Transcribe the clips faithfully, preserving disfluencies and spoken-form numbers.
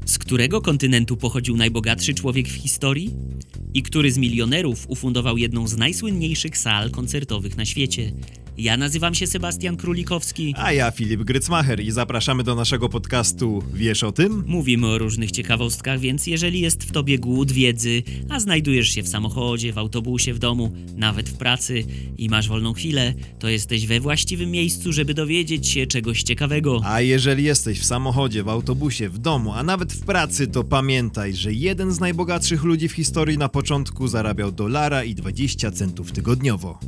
Z którego kontynentu pochodził najbogatszy człowiek w historii? I który z milionerów ufundował jedną z najsłynniejszych sal koncertowych na świecie? Ja nazywam się Sebastian Królikowski. A ja Filip Grycmacher i zapraszamy do naszego podcastu Wiesz o tym? Mówimy o różnych ciekawostkach, więc jeżeli jest w tobie głód wiedzy, a znajdujesz się w samochodzie, w autobusie, w domu, nawet w pracy i masz wolną chwilę, to jesteś we właściwym miejscu, żeby dowiedzieć się czegoś ciekawego. A jeżeli jesteś w samochodzie, w autobusie, w domu, a nawet w pracy, to pamiętaj, że jeden z najbogatszych ludzi w historii na początku zarabiał dolara i dwadzieścia centów tygodniowo.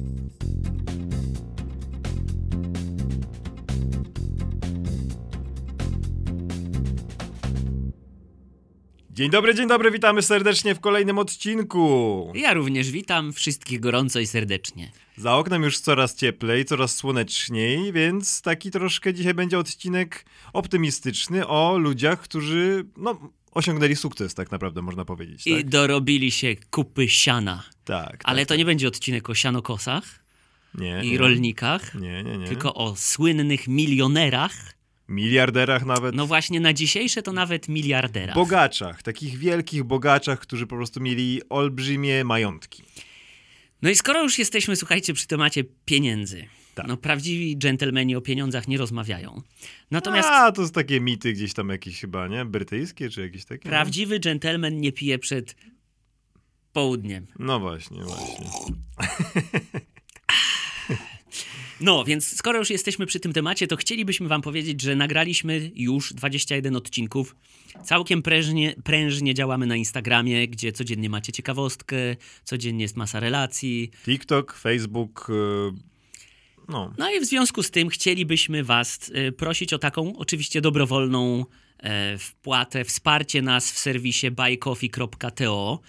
Dzień dobry, dzień dobry, witamy serdecznie w kolejnym odcinku. Ja również witam wszystkich gorąco i serdecznie. Za oknem już coraz cieplej, coraz słoneczniej, więc taki troszkę dzisiaj będzie odcinek optymistyczny o ludziach, którzy no, osiągnęli sukces, tak naprawdę można powiedzieć. I tak? dorobili się kupy siana. Tak. Ale tak, to tak. nie będzie odcinek o sianokosach nie, i nie. rolnikach, Nie, nie, nie. tylko o słynnych milionerach. Miliarderach nawet. No właśnie, na dzisiejsze to nawet miliarderach. Bogaczach, takich wielkich bogaczach, którzy po prostu mieli olbrzymie majątki. No i skoro już jesteśmy, słuchajcie, przy temacie pieniędzy, Tak. no prawdziwi dżentelmeni o pieniądzach nie rozmawiają. Natomiast A, to są takie mity gdzieś tam jakieś chyba, nie? Brytyjskie czy jakieś takie? prawdziwy dżentelmen nie pije przed południem. No właśnie, właśnie. No, więc skoro już jesteśmy przy tym temacie, to chcielibyśmy wam powiedzieć, że nagraliśmy już dwadzieścia jeden odcinków. Całkiem prężnie, prężnie działamy na Instagramie, gdzie codziennie macie ciekawostkę, codziennie jest masa relacji. TikTok, Facebook, yy, no. No i w związku z tym chcielibyśmy was y, prosić o taką oczywiście dobrowolną e, wpłatę, wsparcie nas w serwisie buy coffee kropka to.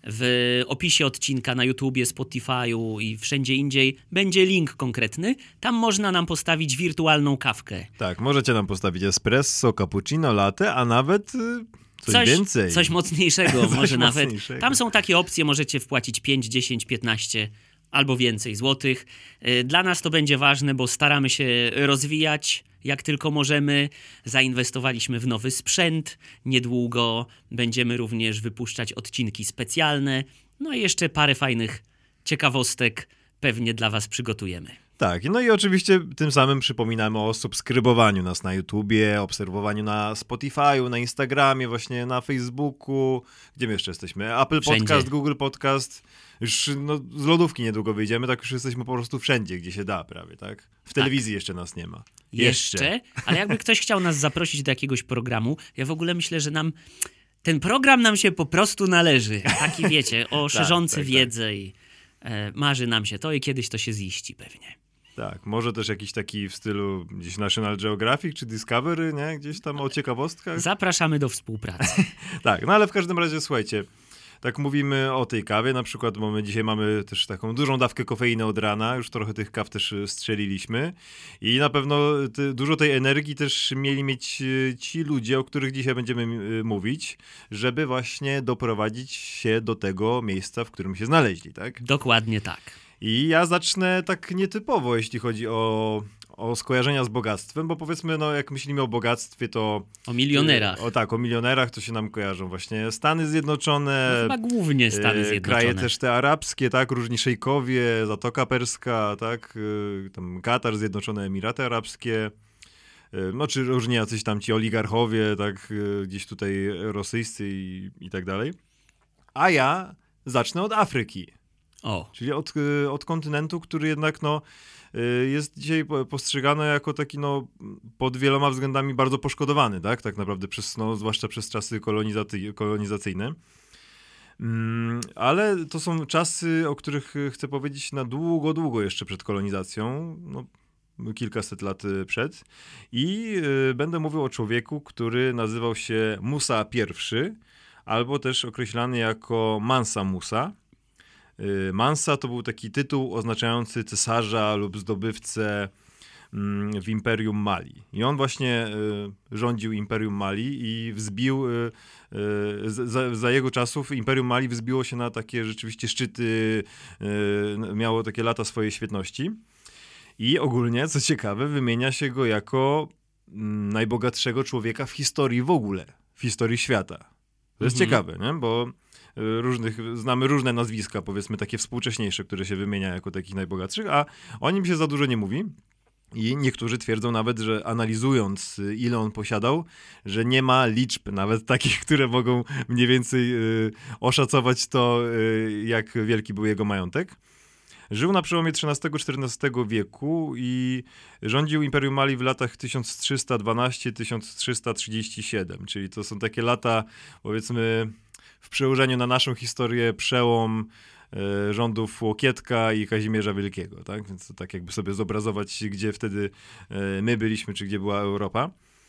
W opisie odcinka na YouTubie, Spotify'u i wszędzie indziej będzie link konkretny. Tam można nam postawić wirtualną kawkę. Tak, możecie nam postawić espresso, cappuccino, latte, a nawet yy, coś, Coś więcej. Coś mocniejszego, Coś może nawet. mocniejszego. Tam są takie opcje, możecie wpłacić pięć, dziesięć, piętnaście albo więcej złotych. Dla nas to będzie ważne, bo staramy się rozwijać jak tylko możemy. Zainwestowaliśmy w nowy sprzęt. Niedługo będziemy również wypuszczać odcinki specjalne. No i jeszcze parę fajnych ciekawostek pewnie dla was przygotujemy. Tak, no i oczywiście tym samym przypominamy o subskrybowaniu nas na YouTubie, obserwowaniu na Spotify'u, na Instagramie, właśnie na Facebooku. Gdzie my jeszcze jesteśmy? Apple Wszędzie. Podcast, Google Podcast. Już no, z lodówki niedługo wyjdziemy, tak już jesteśmy po prostu wszędzie, gdzie się da prawie, tak? W telewizji jeszcze nas nie ma. Jeszcze? Jeszcze. Ale jakby ktoś chciał nas zaprosić do jakiegoś programu, ja w ogóle myślę, że nam ten program nam się po prostu należy. Taki wiecie, o szerzący tak, tak. wiedzę i e, marzy nam się to i kiedyś to się ziści pewnie. Tak, może też jakiś taki w stylu gdzieś National Geographic czy Discovery, nie? Gdzieś tam o ciekawostkach. Zapraszamy do współpracy. Tak, no ale w każdym razie słuchajcie, tak mówimy o tej kawie, na przykład mamy, dzisiaj mamy też taką dużą dawkę kofeiny od rana, już trochę tych kaw też strzeliliśmy i na pewno te, dużo tej energii też mieli mieć ci ludzie, o których dzisiaj będziemy mówić, żeby właśnie doprowadzić się do tego miejsca, w którym się znaleźli, tak? Dokładnie tak. I ja zacznę tak nietypowo, jeśli chodzi o, o skojarzenia z bogactwem, bo powiedzmy, no jak myślimy o bogactwie, to... O milionerach. O tak, o milionerach to się nam kojarzą właśnie Stany Zjednoczone. No, chyba głównie Stany e, Zjednoczone. Kraje też te arabskie, tak, różni szejkowie, Zatoka Perska, tak, e, tam Katar, Zjednoczone Emiraty Arabskie, e, no czy różni jacyś tam ci oligarchowie, tak, e, gdzieś tutaj rosyjscy i, i tak dalej. A ja zacznę od Afryki. O. Czyli od, od kontynentu, który jednak no, jest dzisiaj postrzegany jako taki no, pod wieloma względami bardzo poszkodowany, tak, tak naprawdę, przez, no, zwłaszcza przez czasy kolonizacy- kolonizacyjne. Mm, ale to są czasy, o których chcę powiedzieć na długo, długo jeszcze przed kolonizacją, no, kilkaset lat przed. I y, będę mówił o człowieku, który nazywał się Musa I, albo też określany jako Mansa Musa. Mansa to był taki tytuł oznaczający cesarza lub zdobywcę w Imperium Mali. I on właśnie rządził Imperium Mali i wzbił, za, za jego czasów Imperium Mali wzbiło się na takie rzeczywiście szczyty, miało takie lata swojej świetności. I ogólnie, co ciekawe, wymienia się go jako najbogatszego człowieka w historii w ogóle. W historii świata. To jest Mhm. ciekawe, nie? Bo y, różnych, znamy różne nazwiska, powiedzmy takie współcześniejsze, które się wymienia jako takich najbogatszych, a o nim się za dużo nie mówi. I niektórzy twierdzą nawet, że analizując y, ile on posiadał, że nie ma liczb nawet takich, które mogą mniej więcej y, oszacować to, y, jak wielki był jego majątek. Żył na przełomie trzynastego czternastego wieku i rządził Imperium Mali w latach tysiąc trzysta dwanaście do tysiąc trzysta trzydzieści siedem, czyli to są takie lata, powiedzmy, w przełożeniu na naszą historię przełom e, rządów Łokietka i Kazimierza Wielkiego, tak? Więc to tak jakby sobie zobrazować, gdzie wtedy e, my byliśmy, czy gdzie była Europa.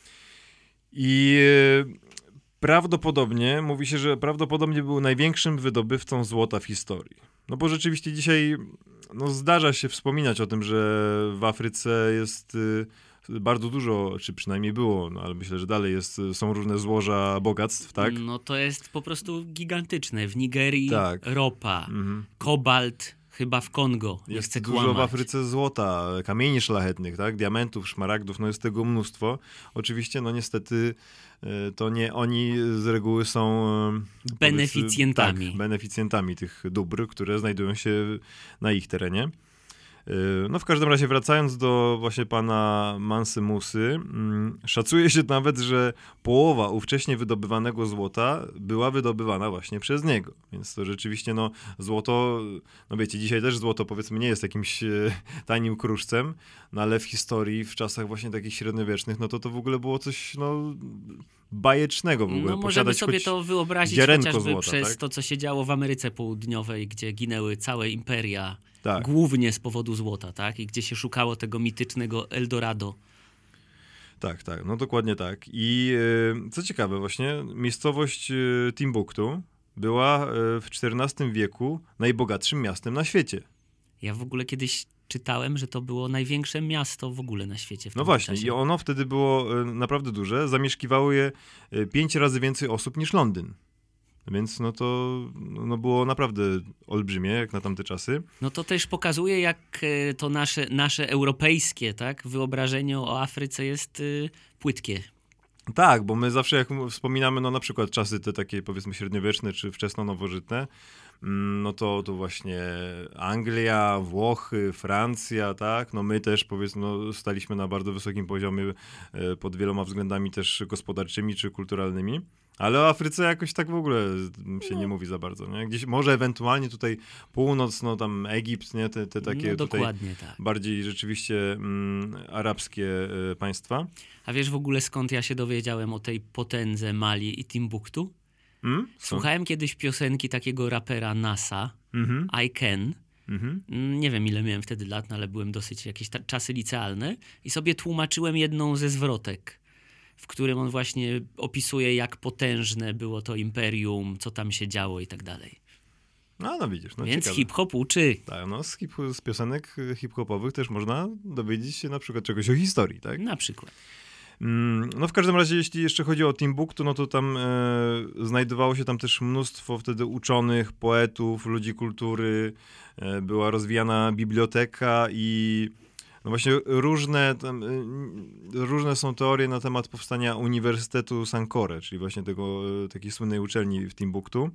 I e, prawdopodobnie, mówi się, że prawdopodobnie był największym wydobywcą złota w historii. No bo rzeczywiście dzisiaj no, zdarza się wspominać o tym, że w Afryce jest y, bardzo dużo, czy przynajmniej było, no ale myślę, że dalej jest, są różne złoża bogactw, tak? No to jest po prostu gigantyczne. W Nigerii Tak. ropa, Mhm. kobalt, chyba w Kongo. Nie Jest chcę dużo kłamać. w Afryce złota, kamieni szlachetnych, tak? Diamentów, szmaragdów, no jest tego mnóstwo. Oczywiście, no niestety y, to nie oni z reguły są y, Beneficjentami. powiedzmy, tak, beneficjentami tych dóbr, które znajdują się na ich terenie. No w każdym razie wracając do właśnie pana Mansy Musy, szacuje się nawet, że połowa ówcześnie wydobywanego złota była wydobywana właśnie przez niego. Więc to rzeczywiście no złoto, no wiecie, dzisiaj też złoto powiedzmy nie jest jakimś e, tanim kruszcem, no ale w historii, w czasach właśnie takich średniowiecznych, no to to w ogóle było coś no bajecznego w ogóle. No możemy Posiadać sobie choć to wyobrazić ziarenko chociażby złota, przez tak? to, co się działo w Ameryce Południowej, gdzie ginęły całe imperia. Tak. Głównie z powodu złota, tak? I gdzie się szukało tego mitycznego Eldorado. Tak, tak, no dokładnie tak. I e, co ciekawe właśnie, miejscowość e, Timbuktu była e, w czternastym wieku najbogatszym miastem na świecie. Ja w ogóle kiedyś czytałem, że to było największe miasto w ogóle na świecie w No tamtym właśnie, czasie. i ono wtedy było e, naprawdę duże, zamieszkiwało je e, pięć razy więcej osób niż Londyn. Więc no to no było naprawdę olbrzymie, jak na tamte czasy. No to też pokazuje, jak e, to nasze, nasze europejskie, tak, wyobrażenie o Afryce jest y, płytkie. Tak, bo my zawsze jak m- wspominamy, no na przykład czasy te takie powiedzmy średniowieczne czy wczesno-nowożytne, mm, no to, to właśnie Anglia, Włochy, Francja, tak, no my też powiedzmy no, staliśmy na bardzo wysokim poziomie e, pod wieloma względami też gospodarczymi czy kulturalnymi. Ale o Afryce jakoś tak w ogóle się nie mówi za bardzo, nie? Gdzieś może ewentualnie tutaj północ, no tam Egipt, nie? Te, te takie No tutaj dokładnie tak. bardziej rzeczywiście mm, arabskie e, państwa. A wiesz w ogóle skąd ja się dowiedziałem o tej potędze Mali i Timbuktu? Mm? Są- Słuchałem kiedyś piosenki takiego rapera Nasa, Mhm, I Can. mhm. Mm, Nie wiem ile miałem wtedy lat, no ale byłem dosyć jakieś ta- czasy licealne i sobie tłumaczyłem jedną ze zwrotek, w którym on właśnie opisuje, jak potężne było to imperium, co tam się działo i tak dalej. No, no widzisz, no Więc ciekawe. hip-hop uczy. Tak, no z, hip, z piosenek y, hip-hopowych też można dowiedzieć się na przykład czegoś o historii, tak? Na przykład. Mm, No w każdym razie, jeśli jeszcze chodzi o Timbuktu, no to tam e, znajdowało się tam też mnóstwo wtedy uczonych, poetów, ludzi kultury, e, była rozwijana biblioteka i no właśnie różne, tam, e, różne są teorie na temat powstania Uniwersytetu Sankore, czyli właśnie tego, e, takiej słynnej uczelni w Timbuktu.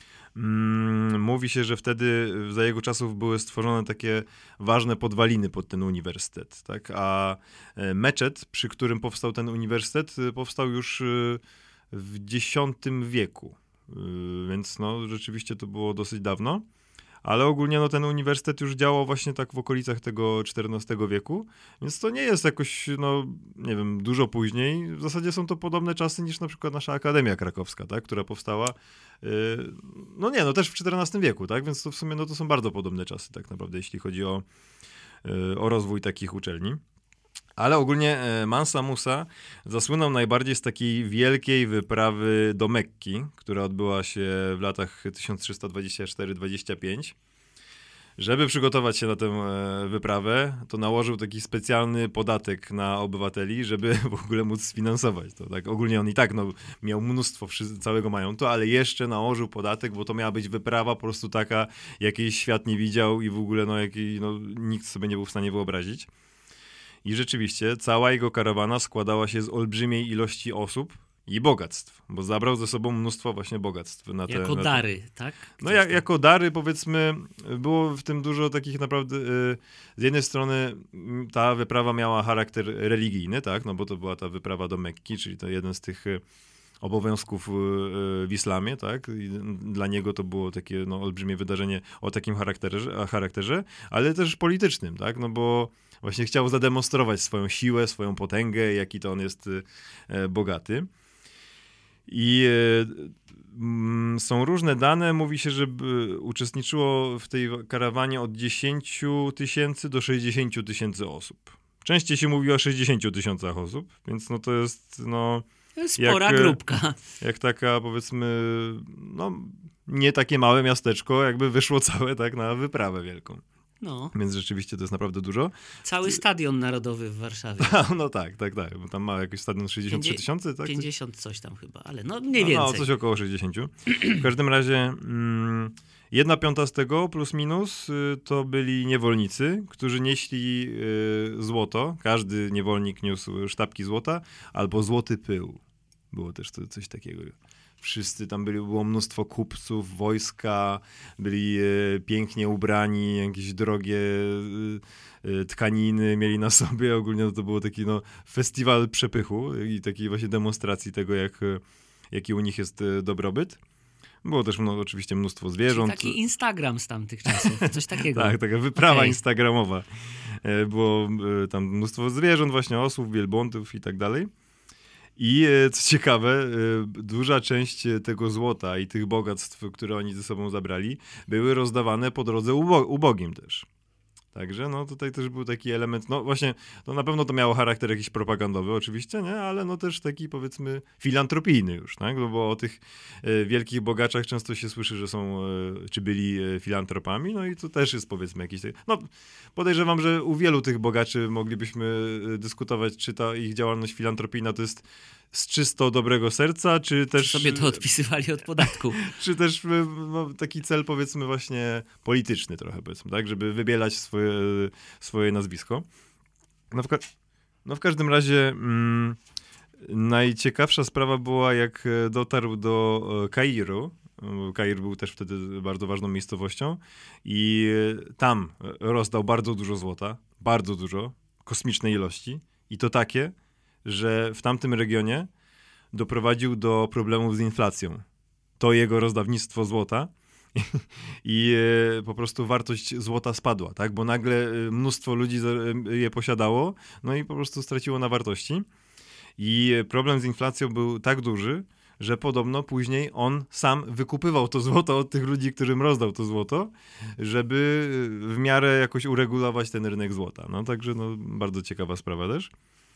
Mm, Mówi się, że wtedy za jego czasów były stworzone takie ważne podwaliny pod ten uniwersytet, tak? A e, meczet, przy którym powstał ten uniwersytet, e, powstał już e, w dziesiątym wieku. E, Więc no rzeczywiście to było dosyć dawno. Ale ogólnie no, ten uniwersytet już działał właśnie tak w okolicach tego czternastego wieku, więc to nie jest jakoś, no nie wiem, dużo później. W zasadzie są to podobne czasy niż na przykład nasza Akademia Krakowska, tak, która powstała, yy, no nie, no też w czternastym wieku, tak, więc to w sumie no, to są bardzo podobne czasy tak naprawdę, jeśli chodzi o, yy, o rozwój takich uczelni. Ale ogólnie e, Mansa Musa zasłynął najbardziej z takiej wielkiej wyprawy do Mekki, która odbyła się w latach tysiąc trzysta dwadzieścia cztery dwadzieścia pięć. Żeby przygotować się na tę e, wyprawę, to nałożył taki specjalny podatek na obywateli, żeby w ogóle móc sfinansować to. Tak, ogólnie on i tak no, miał mnóstwo wszy- całego majątku, ale jeszcze nałożył podatek, bo to miała być wyprawa po prostu taka, jakiej świat nie widział i w ogóle no, jakiej, no, nikt sobie nie był w stanie wyobrazić. I rzeczywiście cała jego karawana składała się z olbrzymiej ilości osób i bogactw, bo zabrał ze sobą mnóstwo właśnie bogactw. Na te, jako na dary, te... tak? No ja, jako dary, powiedzmy, było w tym dużo takich naprawdę, y, z jednej strony ta wyprawa miała charakter religijny, tak, no bo to była ta wyprawa do Mekki, czyli to jeden z tych y, obowiązków y, y, w islamie, tak, i dla niego to było takie no, olbrzymie wydarzenie o takim charakterze, charakterze, ale też politycznym, tak, no bo właśnie chciał zademonstrować swoją siłę, swoją potęgę, jaki to on jest y, y, bogaty. I y, są różne dane. Mówi się, że y, uczestniczyło w tej karawanie od dziesięciu tysięcy do sześćdziesięciu tysięcy osób. Częściej się mówi o sześćdziesięciu tysiącach osób, więc no to jest no... Spora jak, grupka. Jak taka, powiedzmy, no nie takie małe miasteczko, jakby wyszło całe tak na wyprawę wielką. No. Więc rzeczywiście to jest naprawdę dużo. Cały stadion narodowy w Warszawie. No tak, tak, tak. Bo tam ma jakiś stadion sześćdziesiąt trzy tysiące, tak? pięćdziesiąt coś tam chyba, ale no mniej no, więcej. No, coś około sześćdziesiąt. W każdym razie mm, jedna piąta z tego, plus minus, y, to byli niewolnicy, którzy nieśli y, złoto. Każdy niewolnik niósł sztabki złota albo złoty pył. Było też to, coś takiego. Wszyscy tam byli, było mnóstwo kupców, wojska, byli e, pięknie ubrani, jakieś drogie e, e, tkaniny mieli na sobie. Ogólnie to było taki no, festiwal przepychu i takiej właśnie demonstracji tego, jak, jaki u nich jest e, dobrobyt. Było też no, oczywiście mnóstwo zwierząt. Czyli taki Instagram z tamtych czasów, coś takiego. Tak, taka wyprawa okay. instagramowa. E, było e, tam mnóstwo zwierząt, właśnie osłów, wielbłądów i tak dalej. I co ciekawe, duża część tego złota i tych bogactw, które oni ze sobą zabrali, były rozdawane po drodze ubo- ubogim też. Także no tutaj też był taki element, no właśnie, no na pewno to miało charakter jakiś propagandowy oczywiście, nie? Ale no też taki powiedzmy filantropijny już, tak? No bo o tych e, wielkich bogaczach często się słyszy, że są, e, czy byli e, filantropami, no i to też jest powiedzmy jakiś, no podejrzewam, że u wielu tych bogaczy moglibyśmy dyskutować, czy ta ich działalność filantropijna to jest z czysto dobrego serca, czy też... Czy sobie to odpisywali od podatku. Czy też no, taki cel, powiedzmy, właśnie polityczny trochę, powiedzmy, tak? Żeby wybielać swoje, swoje nazwisko. No w, ka- no w każdym razie mm, najciekawsza sprawa była, jak dotarł do Kairu. Kair był też wtedy bardzo ważną miejscowością i tam rozdał bardzo dużo złota, bardzo dużo, kosmicznej ilości i to takie, że w tamtym regionie doprowadził do problemów z inflacją. To jego rozdawnictwo złota i, i e, po prostu wartość złota spadła, tak? Bo nagle mnóstwo ludzi je posiadało, no i po prostu straciło na wartości. I problem z inflacją był tak duży, że podobno później on sam wykupywał to złoto od tych ludzi, którym rozdał to złoto, żeby w miarę jakoś uregulować ten rynek złota. No także no, bardzo ciekawa sprawa też.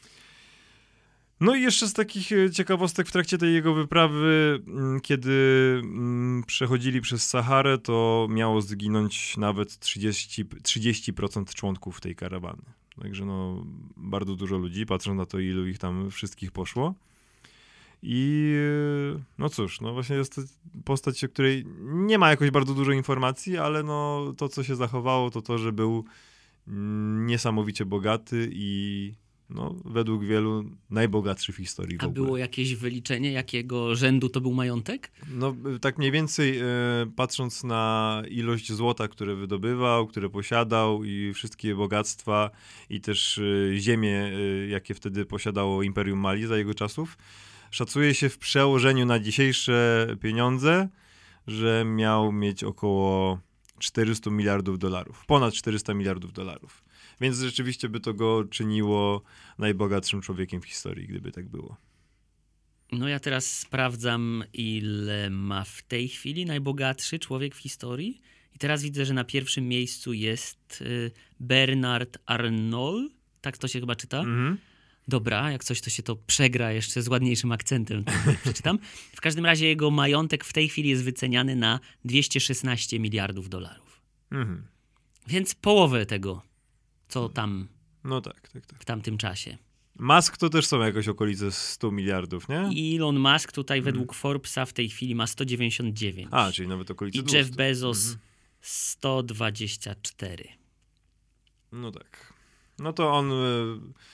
No i jeszcze z takich ciekawostek w trakcie tej jego wyprawy, kiedy przechodzili przez Saharę, to miało zginąć nawet trzydzieści, trzydzieści procent członków tej karawany. Także no bardzo dużo ludzi, patrząc na to, ilu ich tam wszystkich poszło. I no cóż, no właśnie jest to postać, o której nie ma jakoś bardzo dużo informacji, ale no to, co się zachowało, to to, że był niesamowicie bogaty i no, według wielu najbogatszy w historii w A ogóle. było jakieś wyliczenie, jakiego rzędu to był majątek? No tak mniej więcej e, patrząc na ilość złota, które wydobywał, które posiadał i wszystkie bogactwa i też e, ziemie, e, jakie wtedy posiadało Imperium Mali za jego czasów, szacuje się w przełożeniu na dzisiejsze pieniądze, że miał mieć około czterysta miliardów dolarów. Ponad czterysta miliardów dolarów. Więc rzeczywiście by to go czyniło najbogatszym człowiekiem w historii, gdyby tak było. No ja teraz sprawdzam, ile ma w tej chwili najbogatszy człowiek w historii. I teraz widzę, że na pierwszym miejscu jest Bernard Arnault. Tak to się chyba czyta? Mhm. Dobra, jak coś to się to przegra jeszcze z ładniejszym akcentem, to przeczytam. W każdym razie jego majątek w tej chwili jest wyceniany na dwieście szesnaście miliardów dolarów. Mhm. Więc połowę tego, co tam no tak, tak, tak. w tamtym czasie. Musk to też są jakoś okolice sto miliardów, nie? Elon Musk tutaj hmm. według Forbesa w tej chwili ma sto dziewięćdziesiąt dziewięć. A, czyli nawet okolice I dwieście. Jeff Bezos hmm. sto dwadzieścia cztery. No tak. No to on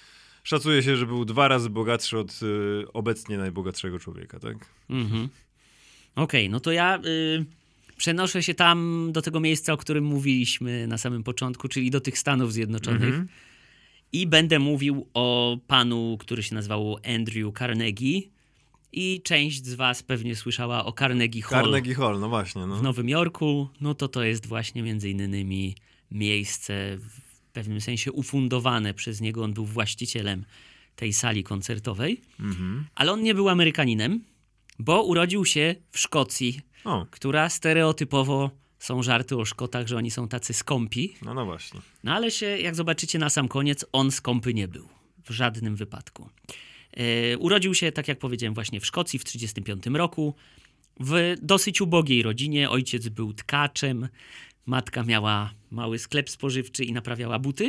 Szacuje się, że był dwa razy bogatszy od y, obecnie najbogatszego człowieka, tak? Mhm. Okej, okay, no to ja y, przenoszę się tam do tego miejsca, o którym mówiliśmy na samym początku, czyli do tych Stanów Zjednoczonych. Mhm. I będę mówił o panu, który się nazywał Andrew Carnegie. I część z was pewnie słyszała o Carnegie Hall. Carnegie Hall, no właśnie. No. W Nowym Jorku. No to to jest właśnie między innymi miejsce w pewnym sensie ufundowane przez niego. On był właścicielem tej sali koncertowej. Mhm. Ale on nie był Amerykaninem, bo urodził się w Szkocji, o. która stereotypowo są żarty o Szkotach, że oni są tacy skąpi. No, no właśnie. No ale się, jak zobaczycie na sam koniec, on skąpy nie był. W żadnym wypadku. E, urodził się, tak jak powiedziałem, właśnie w Szkocji w tysiąc dziewięćset trzydziestym piątym roku. W dosyć ubogiej rodzinie. Ojciec był tkaczem, matka miała mały sklep spożywczy i naprawiała buty.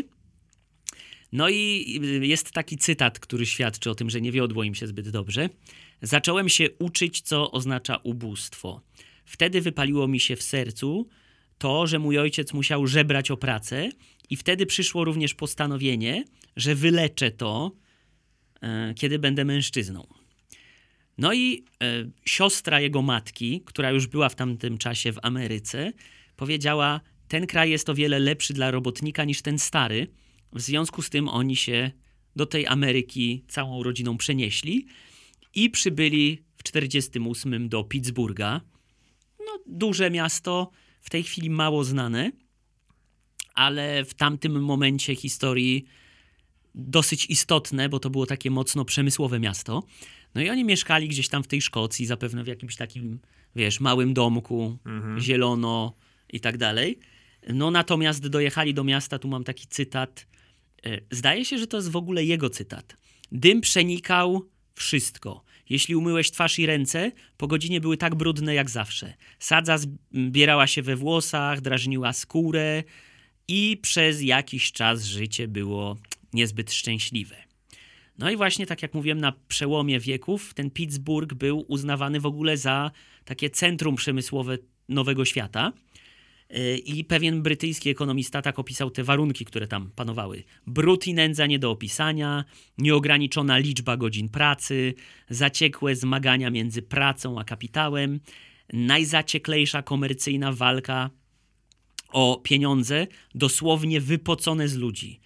No i jest taki cytat, który świadczy o tym, że nie wiodło im się zbyt dobrze. Zacząłem się uczyć, co oznacza ubóstwo. Wtedy wypaliło mi się w sercu to, że mój ojciec musiał żebrać o pracę i wtedy przyszło również postanowienie, że wyleczę to, e, kiedy będę mężczyzną. No i e, siostra jego matki, która już była w tamtym czasie w Ameryce, powiedziała, ten kraj jest o wiele lepszy dla robotnika niż ten stary. W związku z tym oni się do tej Ameryki całą rodziną przenieśli i przybyli w czterdziestym ósmym do Pittsburgha. No, duże miasto, w tej chwili mało znane, ale w tamtym momencie historii dosyć istotne, bo to było takie mocno przemysłowe miasto. No i oni mieszkali gdzieś tam w tej Szkocji, zapewne w jakimś takim, wiesz, małym domku, mhm. zielono i tak dalej. No natomiast dojechali do miasta, tu mam taki cytat. Zdaje się, że to jest w ogóle jego cytat. Dym przenikał wszystko. Jeśli umyłeś twarz i ręce, po godzinie były tak brudne jak zawsze. Sadza zbierała się we włosach, drażniła skórę i przez jakiś czas życie było niezbyt szczęśliwe. No i właśnie tak jak mówiłem, na przełomie wieków ten Pittsburgh był uznawany w ogóle za takie centrum przemysłowe Nowego Świata. I pewien brytyjski ekonomista tak opisał te warunki, które tam panowały. Brud i nędza nie do opisania, nieograniczona liczba godzin pracy, zaciekłe zmagania między pracą a kapitałem, najzacieklejsza komercyjna walka o pieniądze, dosłownie wypocone z ludzi.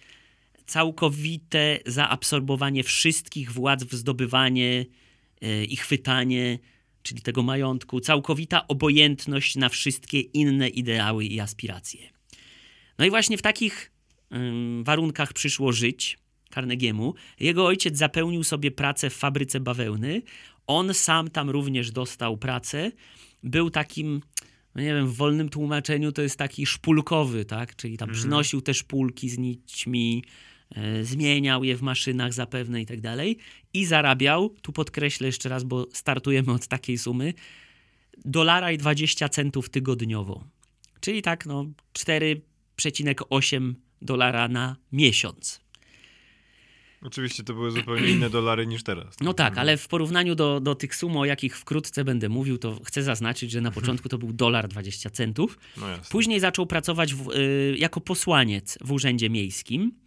Całkowite zaabsorbowanie wszystkich władz w zdobywanie yy, i chwytanie, czyli tego majątku, całkowita obojętność na wszystkie inne ideały i aspiracje. No i właśnie w takich ym, warunkach przyszło żyć Carnegiemu. Jego ojciec zapełnił sobie pracę w fabryce bawełny. On sam tam również dostał pracę. Był takim, no nie wiem, w wolnym tłumaczeniu to jest taki szpulkowy, tak? Czyli tam mhm. przynosił te szpulki z nićmi, y, zmieniał je w maszynach zapewne i tak dalej. I zarabiał, tu podkreślę jeszcze raz, bo startujemy od takiej sumy, dolara i dwadzieścia centów tygodniowo. Czyli tak, no, cztery przecinek osiem dolara na miesiąc. Oczywiście to były zupełnie inne dolary niż teraz. No tak, ale w porównaniu do, do tych sum, o jakich wkrótce będę mówił, to chcę zaznaczyć, że na początku to był dolar dwadzieścia centów. No jasne. Później zaczął pracować w, y, jako posłaniec w urzędzie miejskim, y,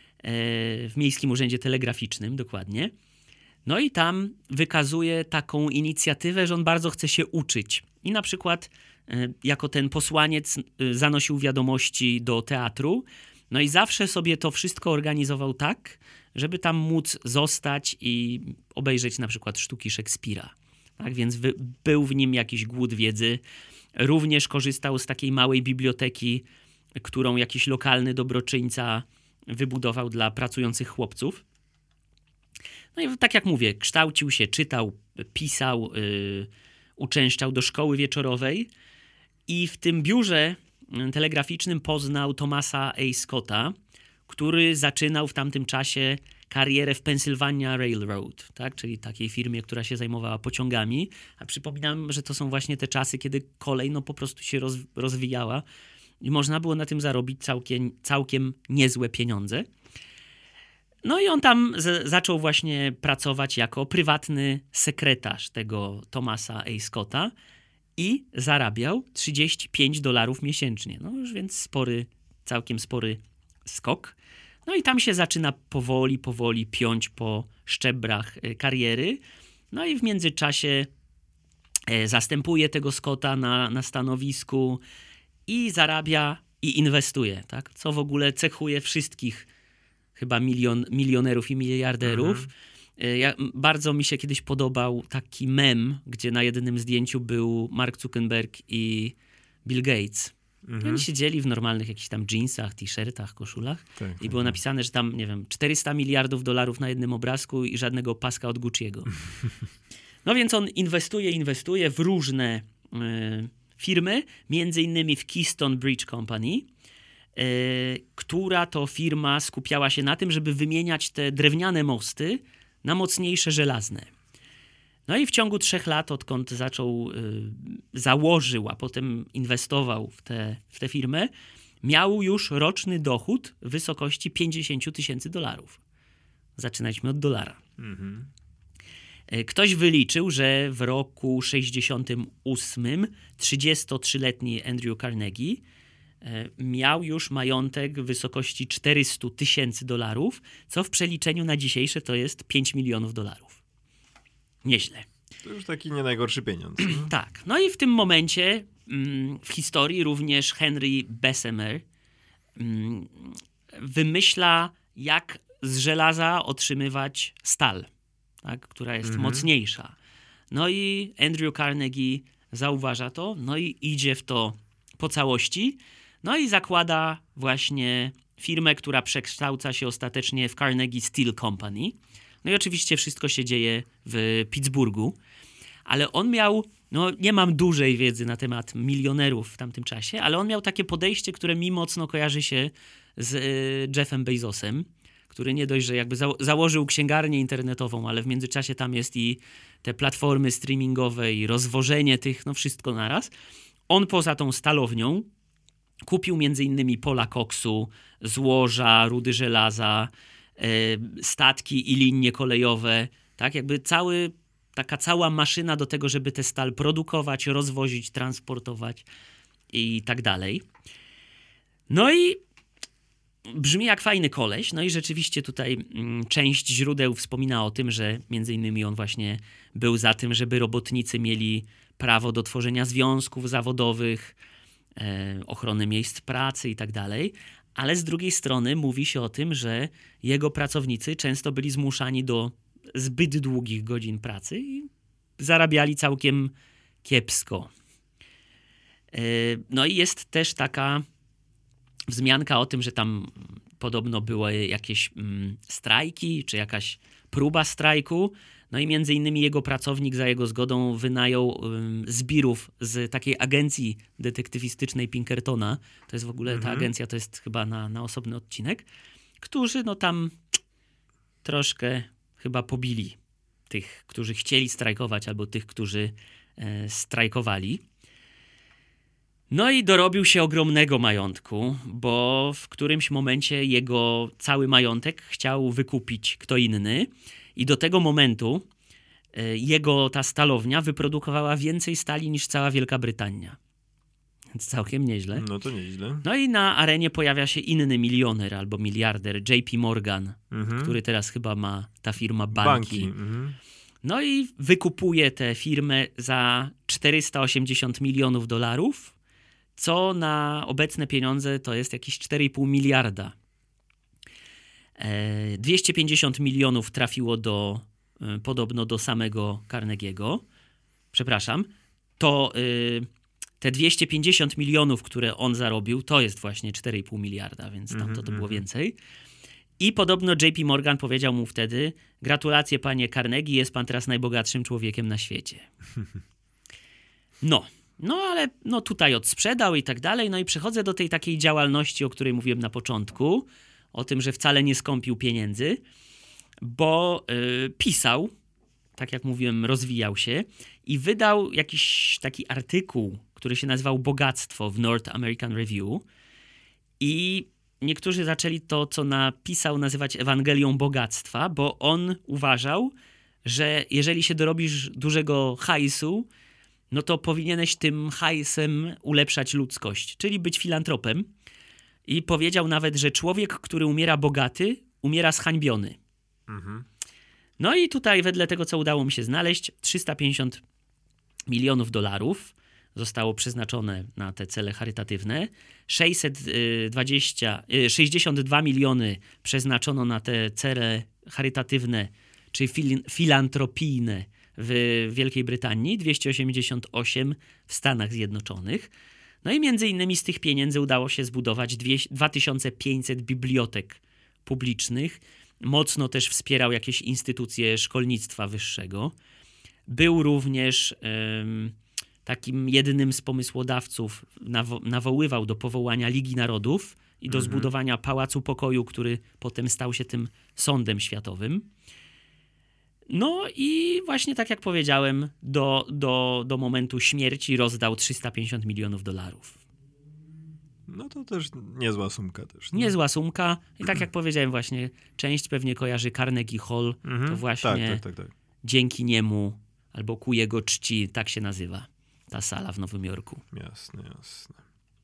w Miejskim Urzędzie Telegraficznym dokładnie. No i tam wykazuje taką inicjatywę, że on bardzo chce się uczyć. I na przykład y, jako ten posłaniec y, zanosił wiadomości do teatru. No i zawsze sobie to wszystko organizował tak, żeby tam móc zostać i obejrzeć na przykład sztuki Szekspira. Tak więc wy, był w nim jakiś głód wiedzy. Również korzystał z takiej małej biblioteki, którą jakiś lokalny dobroczyńca wybudował dla pracujących chłopców. No i tak jak mówię, kształcił się, czytał, pisał, yy, uczęszczał do szkoły wieczorowej i w tym biurze telegraficznym poznał Thomasa A. Scotta, który zaczynał w tamtym czasie karierę w Pennsylvania Railroad, tak? Czyli takiej firmie, która się zajmowała pociągami. A przypominam, że to są właśnie te czasy, kiedy kolej no, po prostu się roz, rozwijała i można było na tym zarobić całkiem, całkiem niezłe pieniądze. No i on tam z, zaczął właśnie pracować jako prywatny sekretarz tego Thomasa A. Scotta i zarabiał trzydzieści pięć dolarów miesięcznie. No już więc spory, całkiem spory skok. No i tam się zaczyna powoli, powoli piąć po szczebrach kariery. No i w międzyczasie zastępuje tego Scotta na, na stanowisku i zarabia i inwestuje, tak? Co w ogóle cechuje wszystkich chyba milion, milionerów i miliarderów. Mhm. Ja, bardzo mi się kiedyś podobał taki mem, gdzie na jednym zdjęciu był Mark Zuckerberg i Bill Gates. Mhm. I oni siedzieli w normalnych jakichś tam jeansach, t-shirtach, koszulach tak, i tak, było tak. napisane, że tam, nie wiem, czterysta miliardów dolarów na jednym obrazku i żadnego paska od Gucci'ego. No więc on inwestuje, inwestuje w różne y, firmy, między innymi w Keystone Bridge Company, y, która to firma skupiała się na tym, żeby wymieniać te drewniane mosty na mocniejsze żelazne. No i w ciągu trzech lat, odkąd zaczął, y, założył, a potem inwestował w tę w tę firmę, miał już roczny dochód w wysokości pięćdziesiąt tysięcy dolarów. Zaczynaliśmy od dolara. Mhm. Ktoś wyliczył, że w roku sześćdziesiątym ósmym trzydziestotrzyletni Andrew Carnegie miał już majątek w wysokości czterysta tysięcy dolarów, co w przeliczeniu na dzisiejsze to jest pięć milionów dolarów. Nieźle. To już taki nie najgorszy pieniądz. Tak. No i w tym momencie mm, w historii również Henry Bessemer mm, wymyśla, jak z żelaza otrzymywać stal, tak, która jest mhm. mocniejsza. No i Andrew Carnegie zauważa to, no i idzie w to po całości, no i zakłada właśnie firmę, która przekształca się ostatecznie w Carnegie Steel Company. No i oczywiście wszystko się dzieje w Pittsburghu, ale on miał, no nie mam dużej wiedzy na temat milionerów w tamtym czasie, ale on miał takie podejście, które mi mocno kojarzy się z y, Jeffem Bezosem, który nie dość, że jakby za- założył księgarnię internetową, ale w międzyczasie tam jest i te platformy streamingowe i rozwożenie tych, no wszystko naraz. On poza tą stalownią kupił między innymi pola koksu, złoża, rudy żelaza, yy, statki i linie kolejowe, tak, jakby cały, taka cała maszyna do tego, żeby tę stal produkować, rozwozić, transportować i tak dalej. No i brzmi jak fajny koleś, no i rzeczywiście tutaj mm, część źródeł wspomina o tym, że między innymi on właśnie był za tym, żeby robotnicy mieli prawo do tworzenia związków zawodowych, e, ochrony miejsc pracy i tak dalej, ale z drugiej strony mówi się o tym, że jego pracownicy często byli zmuszani do zbyt długich godzin pracy i zarabiali całkiem kiepsko. E, no i jest też taka wzmianka o tym, że tam podobno były jakieś mm, strajki, czy jakaś próba strajku. No i między innymi jego pracownik za jego zgodą wynajął ym, zbirów z takiej agencji detektywistycznej Pinkertona. To jest w ogóle, mhm. ta agencja to jest chyba na, na osobny odcinek. Którzy no tam troszkę chyba pobili tych, którzy chcieli strajkować, albo tych, którzy e, strajkowali. No i dorobił się ogromnego majątku, bo w którymś momencie jego cały majątek chciał wykupić kto inny i do tego momentu jego ta stalownia wyprodukowała więcej stali niż cała Wielka Brytania. Więc całkiem nieźle. No to nieźle. No i na arenie pojawia się inny milioner albo miliarder, J P Morgan, mhm. który teraz chyba ma ta firma banki. banki. Mhm. No i wykupuje tę firmę za czterysta osiemdziesiąt milionów dolarów, co na obecne pieniądze to jest jakieś cztery i pół miliarda. E, dwieście pięćdziesiąt milionów trafiło do, e, podobno do samego Carnegie'ego. Przepraszam. To e, te dwieście pięćdziesiąt milionów, które on zarobił, to jest właśnie cztery i pół miliarda, więc tam mm-hmm, to, to było więcej. I podobno J P Morgan powiedział mu wtedy: gratulacje, panie Carnegie, jest pan teraz najbogatszym człowiekiem na świecie. No. No ale no tutaj odsprzedał i tak dalej. No i przechodzę do tej takiej działalności, o której mówiłem na początku. O tym, że wcale nie skąpił pieniędzy, bo yy, pisał, tak jak mówiłem, rozwijał się i wydał jakiś taki artykuł, który się nazywał Bogactwo w North American Review. I niektórzy zaczęli to, co napisał, nazywać Ewangelią Bogactwa, bo on uważał, że jeżeli się dorobisz dużego hajsu, no to powinieneś tym hajsem ulepszać ludzkość, czyli być filantropem. I powiedział nawet, że człowiek, który umiera bogaty, umiera zhańbiony. Mhm. No i tutaj wedle tego, co udało mi się znaleźć, trzysta pięćdziesiąt milionów dolarów zostało przeznaczone na te cele charytatywne, sześćset dwadzieścia, sześćdziesiąt dwa miliony przeznaczono na te cele charytatywne czy fil, filantropijne w Wielkiej Brytanii, dwieście osiemdziesiąt osiem w Stanach Zjednoczonych. No i między innymi z tych pieniędzy udało się zbudować dwa tysiące pięćset bibliotek publicznych. Mocno też wspierał jakieś instytucje szkolnictwa wyższego. Był również um, takim jednym z pomysłodawców, nawo- nawoływał do powołania Ligi Narodów i do mhm. zbudowania Pałacu Pokoju, który potem stał się tym sądem światowym. No i właśnie tak jak powiedziałem, do, do, do momentu śmierci rozdał trzysta pięćdziesiąt milionów dolarów. No to też niezła sumka też. Nie? Niezła sumka. I tak jak powiedziałem właśnie, część pewnie kojarzy Carnegie Hall. Mhm. To właśnie tak, tak, tak, tak. dzięki niemu albo ku jego czci, tak się nazywa ta sala w Nowym Jorku. Jasne, jasne.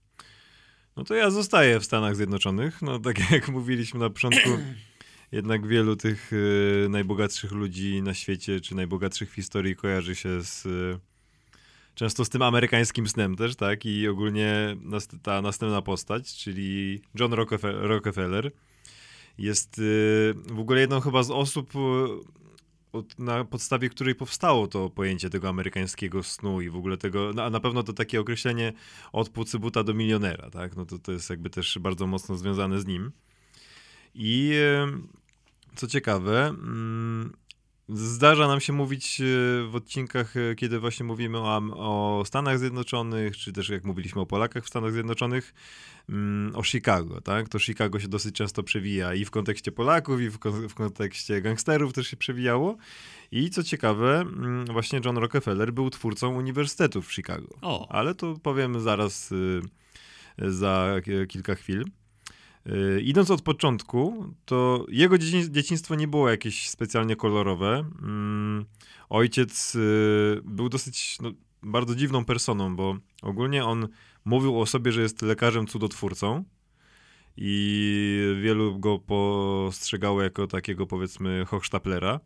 No to ja zostaję w Stanach Zjednoczonych. No tak jak mówiliśmy na początku, jednak wielu tych y, najbogatszych ludzi na świecie, czy najbogatszych w historii kojarzy się z... Y, często z tym amerykańskim snem też, tak? I ogólnie nas, ta następna postać, czyli John Rockefe- Rockefeller, jest y, w ogóle jedną chyba z osób, y, od, na podstawie której powstało to pojęcie tego amerykańskiego snu i w ogóle tego, no, a na pewno to takie określenie od pucybuta do milionera, tak? No to, to jest jakby też bardzo mocno związane z nim. I y, co ciekawe... Mm, zdarza nam się mówić w odcinkach, kiedy właśnie mówimy o, o Stanach Zjednoczonych, czy też jak mówiliśmy o Polakach w Stanach Zjednoczonych, o Chicago, tak? To Chicago się dosyć często przewija i w kontekście Polaków, i w, w kontekście gangsterów też się przewijało. I co ciekawe, właśnie John Rockefeller był twórcą Uniwersytetu w Chicago. O. Ale to powiem zaraz za kilka chwil. Yy, idąc od początku, to jego dzieci- dzieciństwo nie było jakieś specjalnie kolorowe. Yy, ojciec yy, był dosyć no, bardzo dziwną personą, bo ogólnie on mówił o sobie, że jest lekarzem cudotwórcą i wielu go postrzegało jako takiego, powiedzmy, Hochstaplera.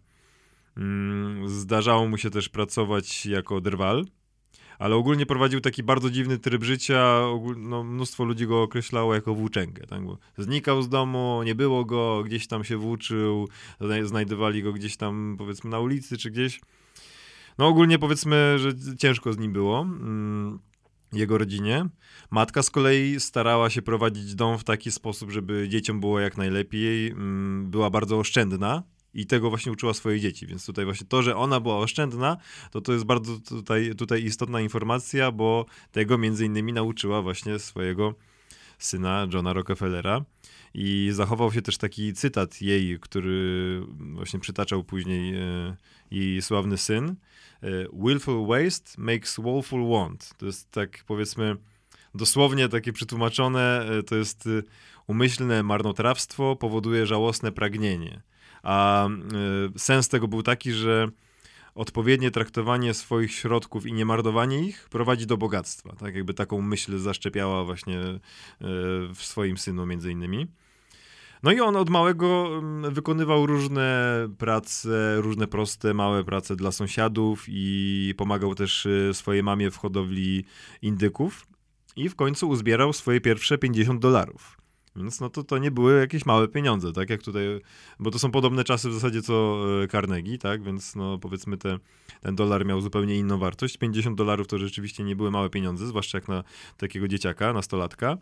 Yy, zdarzało mu się też pracować jako drwal. Ale ogólnie prowadził taki bardzo dziwny tryb życia, no, mnóstwo ludzi go określało jako włóczęgę. Tak? Bo znikał z domu, nie było go, gdzieś tam się włóczył, znajdowali go gdzieś tam, powiedzmy, na ulicy czy gdzieś. No ogólnie powiedzmy, że ciężko z nim było, mm, jego rodzinie. Matka z kolei starała się prowadzić dom w taki sposób, żeby dzieciom było jak najlepiej, mm, była bardzo oszczędna. I tego właśnie uczyła swoje dzieci, więc tutaj właśnie to, że ona była oszczędna, to to jest bardzo tutaj, tutaj istotna informacja, bo tego między innymi nauczyła właśnie swojego syna Johna Rockefellera. I zachował się też taki cytat jej, który właśnie przytaczał później e, jej sławny syn. E, Willful waste makes woeful want. To jest tak, powiedzmy, dosłownie takie przetłumaczone, e, to jest e, umyślne marnotrawstwo powoduje żałosne pragnienie. A y, sens tego był taki, że odpowiednie traktowanie swoich środków i nie marnowanie ich prowadzi do bogactwa. Tak jakby taką myśl zaszczepiała właśnie y, w swoim synu między innymi. No i on od małego y, wykonywał różne prace, różne proste, małe prace dla sąsiadów i pomagał też y, swojej mamie w hodowli indyków i w końcu uzbierał swoje pierwsze pięćdziesiąt dolarów. Więc no to, to nie były jakieś małe pieniądze, tak jak tutaj, bo to są podobne czasy w zasadzie co Carnegie, tak, więc no powiedzmy te, ten dolar miał zupełnie inną wartość. pięćdziesiąt dolarów to rzeczywiście nie były małe pieniądze, zwłaszcza jak na takiego dzieciaka, nastolatka.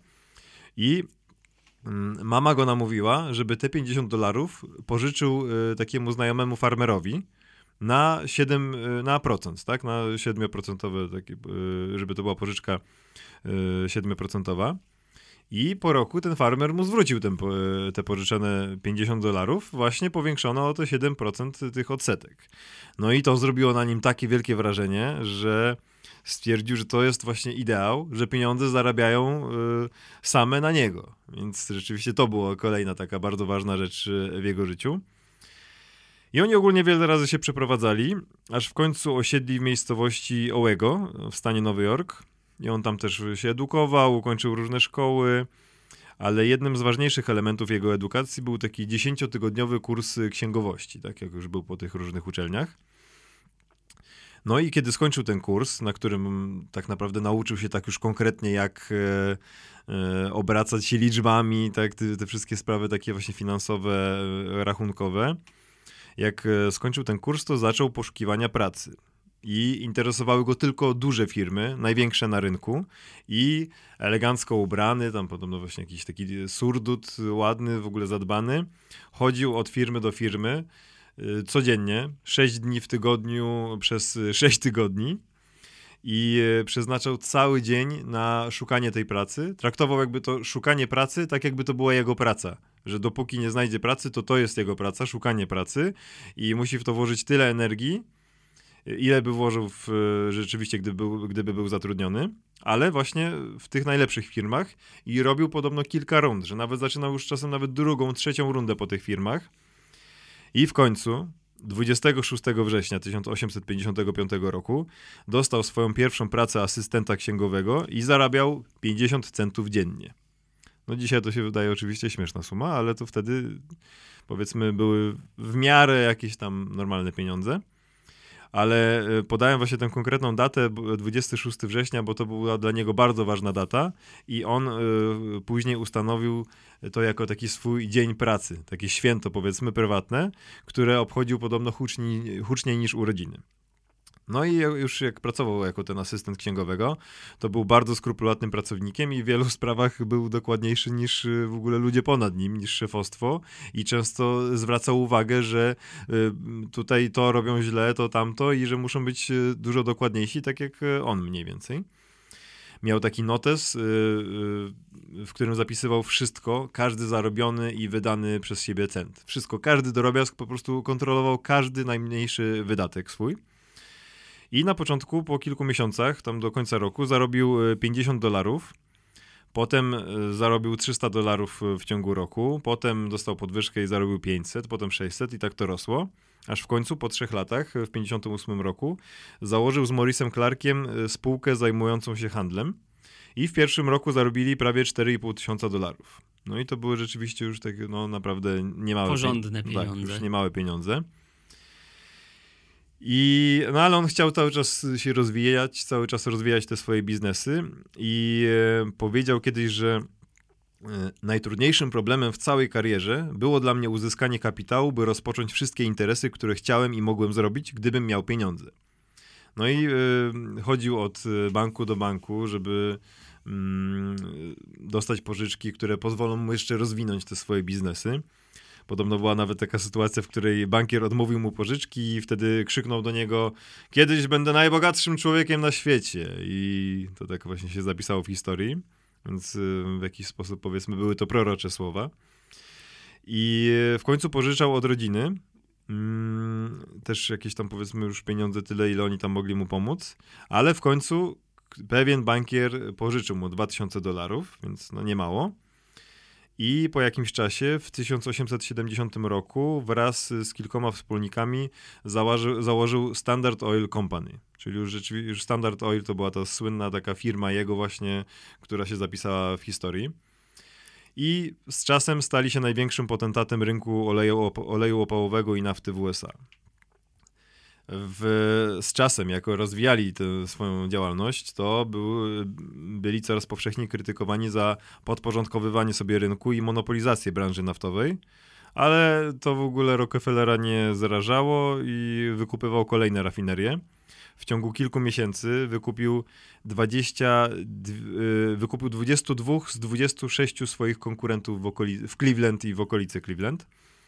I mm, mama go namówiła, żeby te pięćdziesiąt dolarów pożyczył y, takiemu znajomemu farmerowi na siedem na procent, tak, na siedem procent, taki, y, żeby to była pożyczka y, siedem procent. I po roku ten farmer mu zwrócił ten, te pożyczone pięćdziesiąt dolarów, właśnie powiększono o te siedem procent tych odsetek. No i to zrobiło na nim takie wielkie wrażenie, że stwierdził, że to jest właśnie ideał, że pieniądze zarabiają y, same na niego. Więc rzeczywiście to była kolejna taka bardzo ważna rzecz w jego życiu. I oni ogólnie wiele razy się przeprowadzali, aż w końcu osiedli w miejscowości Owego w stanie Nowy Jork. I on tam też się edukował, ukończył różne szkoły, ale jednym z ważniejszych elementów jego edukacji był taki dziesięciotygodniowy kurs księgowości, tak jak już był po tych różnych uczelniach. No i kiedy skończył ten kurs, na którym tak naprawdę nauczył się tak już konkretnie, jak e, e, obracać się liczbami, tak, te, te wszystkie sprawy takie właśnie finansowe, e, rachunkowe, jak e, skończył ten kurs, to zaczął poszukiwania pracy. I interesowały go tylko duże firmy, największe na rynku i elegancko ubrany, tam podobno właśnie jakiś taki surdut ładny, w ogóle zadbany, chodził od firmy do firmy codziennie, sześć dni w tygodniu przez sześć tygodni i przeznaczał cały dzień na szukanie tej pracy. Traktował jakby to szukanie pracy tak, jakby to była jego praca, że dopóki nie znajdzie pracy, to to jest jego praca, szukanie pracy i musi w to włożyć tyle energii, ile by włożył w, rzeczywiście, gdyby był, gdyby był zatrudniony, ale właśnie w tych najlepszych firmach i robił podobno kilka rund, że nawet zaczynał już czasem nawet drugą, trzecią rundę po tych firmach. I w końcu dwudziestego szóstego września tysiąc osiemset pięćdziesiątego piątego roku dostał swoją pierwszą pracę asystenta księgowego i zarabiał pięćdziesiąt centów dziennie. No dzisiaj to się wydaje oczywiście śmieszna suma, ale to wtedy powiedzmy były w miarę jakieś tam normalne pieniądze. Ale podałem właśnie tę konkretną datę, dwudziestego szóstego września, bo to była dla niego bardzo ważna data i on y, później ustanowił to jako taki swój dzień pracy, takie święto powiedzmy prywatne, które obchodził podobno huczniej, huczniej niż urodziny. No i już jak pracował jako ten asystent księgowego, to był bardzo skrupulatnym pracownikiem i w wielu sprawach był dokładniejszy niż w ogóle ludzie ponad nim, niż szefostwo i często zwracał uwagę, że tutaj to robią źle, to tamto i że muszą być dużo dokładniejsi, tak jak on mniej więcej. Miał taki notes, w którym zapisywał wszystko, każdy zarobiony i wydany przez siebie cent. Wszystko, każdy drobiazg, po prostu kontrolował każdy najmniejszy wydatek swój. I na początku, po kilku miesiącach, tam do końca roku, zarobił pięćdziesiąt dolarów. Potem zarobił trzysta dolarów w ciągu roku. Potem dostał podwyżkę i zarobił pięćset, potem sześćset i tak to rosło. Aż w końcu, po trzech latach, w pięćdziesiątym ósmym roku, założył z Maurice'em Clarkiem spółkę zajmującą się handlem. I w pierwszym roku zarobili prawie cztery i pół tysiąca dolarów. No i to były rzeczywiście już takie, no naprawdę niemałe porządne pie- pieniądze. Tak, już niemałe pieniądze. I, no ale on chciał cały czas się rozwijać, cały czas rozwijać te swoje biznesy i e, powiedział kiedyś, że e, najtrudniejszym problemem w całej karierze było dla mnie uzyskanie kapitału, by rozpocząć wszystkie interesy, które chciałem i mogłem zrobić, gdybym miał pieniądze. No i e, chodził od banku do banku, żeby mm, dostać pożyczki, które pozwolą mu jeszcze rozwinąć te swoje biznesy. Podobno była nawet taka sytuacja, w której bankier odmówił mu pożyczki i wtedy krzyknął do niego: kiedyś będę najbogatszym człowiekiem na świecie. I to tak właśnie się zapisało w historii, więc w jakiś sposób powiedzmy były to prorocze słowa. I w końcu pożyczał od rodziny. Też jakieś tam powiedzmy już pieniądze tyle, ile oni tam mogli mu pomóc. Ale w końcu pewien bankier pożyczył mu dwa tysiące dolarów, więc no nie mało. I po jakimś czasie, w tysiąc osiemset siedemdziesiątym roku, wraz z kilkoma wspólnikami założył, założył Standard Oil Company. Czyli już rzeczywiście już Standard Oil to była ta słynna taka firma jego właśnie, która się zapisała w historii. I z czasem stali się największym potentatem rynku oleju, op- oleju opałowego i nafty w U S A. W, z czasem, jako rozwijali tę swoją działalność, to był, byli coraz powszechniej krytykowani za podporządkowywanie sobie rynku i monopolizację branży naftowej, ale to w ogóle Rockefellera nie zarażało i wykupywał kolejne rafinerie. W ciągu kilku miesięcy wykupił dwadzieścia, wykupił dwadzieścia dwa z dwudziestu sześciu swoich konkurentów w, okolicy, w Cleveland i w okolicy Cleveland.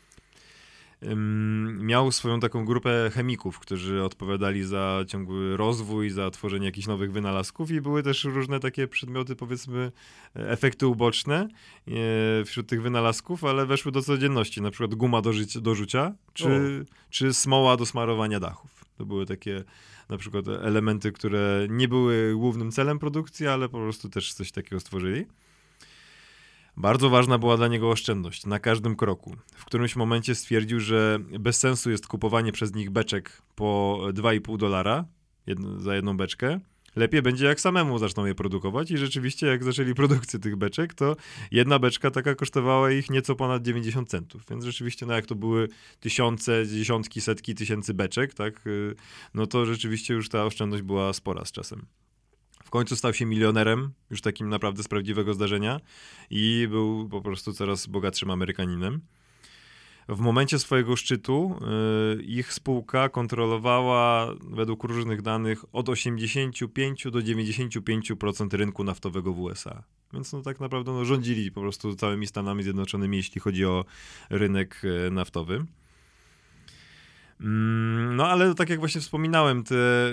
Miał swoją taką grupę chemików, którzy odpowiadali za ciągły rozwój, za tworzenie jakichś nowych wynalazków i były też różne takie przedmioty, powiedzmy, efekty uboczne wśród tych wynalazków, ale weszły do codzienności, na przykład guma do, życia, do rzucia, czy, czy smoła do smarowania dachów. To były takie na przykład elementy, które nie były głównym celem produkcji, ale po prostu też coś takiego stworzyli. Bardzo ważna była dla niego oszczędność na każdym kroku. W którymś momencie stwierdził, że bez sensu jest kupowanie przez nich beczek po dwa i pół dolara jedno, za jedną beczkę, lepiej będzie jak samemu zaczną je produkować i rzeczywiście jak zaczęli produkcję tych beczek, to jedna beczka taka kosztowała ich nieco ponad dziewięćdziesiąt centów, więc rzeczywiście no jak to były tysiące, dziesiątki, setki tysięcy beczek, tak, no to rzeczywiście już ta oszczędność była spora z czasem. W końcu stał się milionerem, już takim naprawdę z prawdziwego zdarzenia i był po prostu coraz bogatszym Amerykaninem. W momencie swojego szczytu y, ich spółka kontrolowała według różnych danych od osiemdziesiąt pięć do dziewięćdziesiąt pięć procent rynku naftowego w U S A. Więc no tak naprawdę no, rządzili po prostu całymi Stanami Zjednoczonymi, jeśli chodzi o rynek y, naftowy. Mm, no ale tak jak właśnie wspominałem, te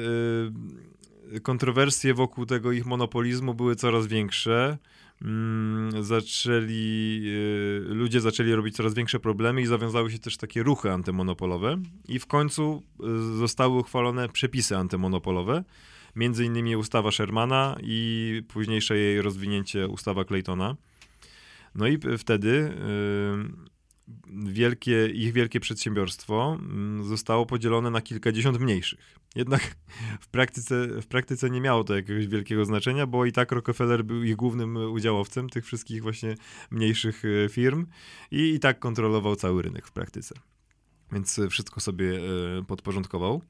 y, kontrowersje wokół tego ich monopolizmu były coraz większe. Mm, zaczęli, y, ludzie zaczęli robić coraz większe problemy i zawiązały się też takie ruchy antymonopolowe i w końcu y, zostały uchwalone przepisy antymonopolowe, między innymi ustawa Shermana i późniejsze jej rozwinięcie ustawa Claytona. No i p- wtedy y, wielkie, ich wielkie przedsiębiorstwo mm, zostało podzielone na kilkadziesiąt mniejszych. Jednak w praktyce, w praktyce nie miało to jakiegoś wielkiego znaczenia, bo i tak Rockefeller był ich głównym udziałowcem tych wszystkich właśnie mniejszych e, firm i i tak kontrolował cały rynek w praktyce. Więc e, wszystko sobie e, podporządkował.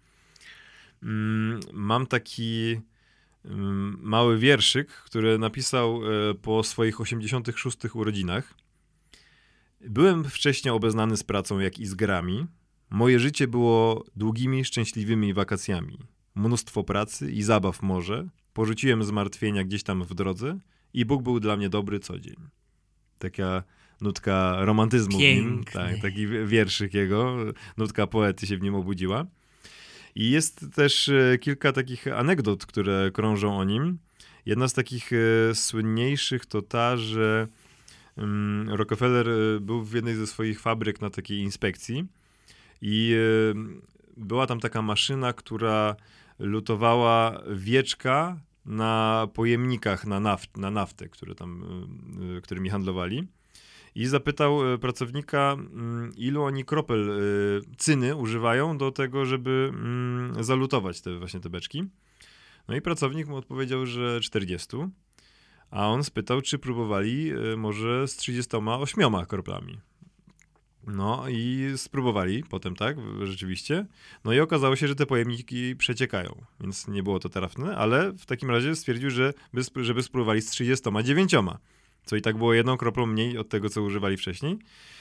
Mm, Mam taki mm, mały wierszyk, który napisał e, po swoich osiemdziesiątych szóstych urodzinach. Byłem wcześniej obeznany z pracą jak i z grami. Moje życie było długimi, szczęśliwymi wakacjami. Mnóstwo pracy i zabaw może. Porzuciłem zmartwienia gdzieś tam w drodze i Bóg był dla mnie dobry co dzień. Taka nutka romantyzmu w nim. Tak, taki wierszyk jego. Nutka poety się w nim obudziła. I jest też e, kilka takich anegdot, które krążą o nim. Jedna z takich e, słynniejszych to ta, że mm, Rockefeller e, był w jednej ze swoich fabryk na takiej inspekcji i e, była tam taka maszyna, która lutowała wieczka na pojemnikach na, naft, na naftę, które tam, e, e, którymi handlowali. I zapytał e, pracownika, mm, ilu oni kropel e, cyny używają do tego, żeby mm, zalutować te właśnie te beczki. No i pracownik mu odpowiedział, że czterdzieści, a on spytał, czy próbowali e, może z trzydziestoma ośmioma kroplami. No i spróbowali potem, tak, rzeczywiście. No i okazało się, że te pojemniki przeciekają, więc nie było to trafne, ale w takim razie stwierdził, że by, żeby spróbowali z trzydziestoma dziewięcioma. Co i tak było jedną kroplą mniej od tego, co używali wcześniej.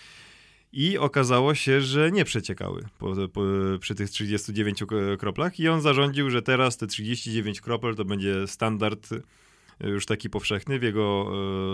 I okazało się, że nie przeciekały po, po, przy tych trzydziestu dziewięciu kroplach i on zarządził, że teraz te trzydzieści dziewięć kropel to będzie standard już taki powszechny w jego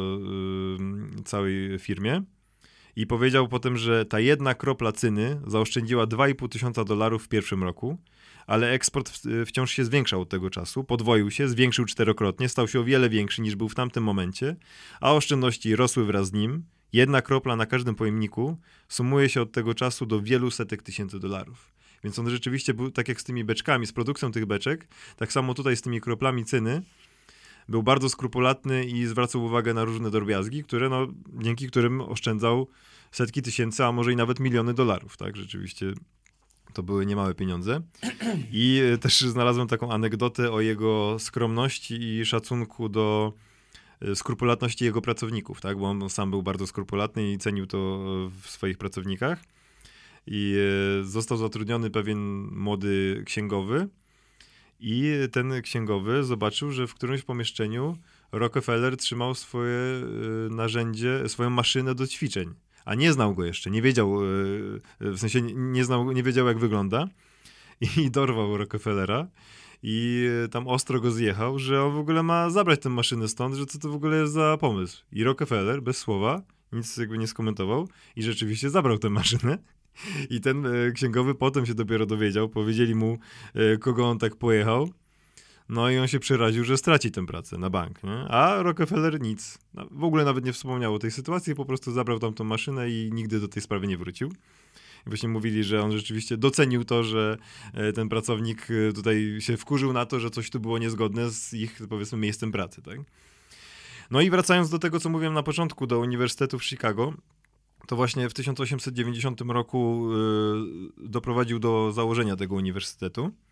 yy, całej firmie. I powiedział potem, że ta jedna kropla cyny zaoszczędziła dwa i pół tysiąca dolarów w pierwszym roku, ale eksport wciąż się zwiększał od tego czasu, podwoił się, zwiększył czterokrotnie, stał się o wiele większy niż był w tamtym momencie, a oszczędności rosły wraz z nim. Jedna kropla na każdym pojemniku sumuje się od tego czasu do wielu setek tysięcy dolarów. Więc on rzeczywiście był, tak jak z tymi beczkami, z produkcją tych beczek, tak samo tutaj z tymi kroplami cyny, był bardzo skrupulatny i zwracał uwagę na różne drobiazgi, które, no, dzięki którym oszczędzał setki tysięcy, a może i nawet miliony dolarów, tak? Rzeczywiście to były niemałe pieniądze. I też znalazłem taką anegdotę o jego skromności i szacunku do skrupulatności jego pracowników, tak? Bo on sam był bardzo skrupulatny i cenił to w swoich pracownikach. I został zatrudniony pewien młody księgowy i ten księgowy zobaczył, że w którymś pomieszczeniu Rockefeller trzymał swoje narzędzie, swoją maszynę do ćwiczeń. A nie znał go jeszcze, nie wiedział, w sensie nie znał, nie wiedział jak wygląda i dorwał Rockefellera i tam ostro go zjechał, że on w ogóle ma zabrać tę maszynę stąd, że co to w ogóle jest za pomysł. I Rockefeller bez słowa, nic jakby nie skomentował i rzeczywiście zabrał tę maszynę. I ten księgowy potem się dopiero dowiedział, powiedzieli mu, kogo on tak pojechał. No i on się przeraził, że straci tę pracę na bank, nie? A Rockefeller nic. W ogóle nawet nie wspomniał o tej sytuacji, po prostu zabrał tam tą maszynę i nigdy do tej sprawy nie wrócił. I właśnie mówili, że on rzeczywiście docenił to, że ten pracownik tutaj się wkurzył na to, że coś tu było niezgodne z ich, powiedzmy, miejscem pracy, tak? No i wracając do tego, co mówiłem na początku, do Uniwersytetu w Chicago, to właśnie w tysiąc osiemset dziewięćdziesiątym roku y, doprowadził do założenia tego uniwersytetu.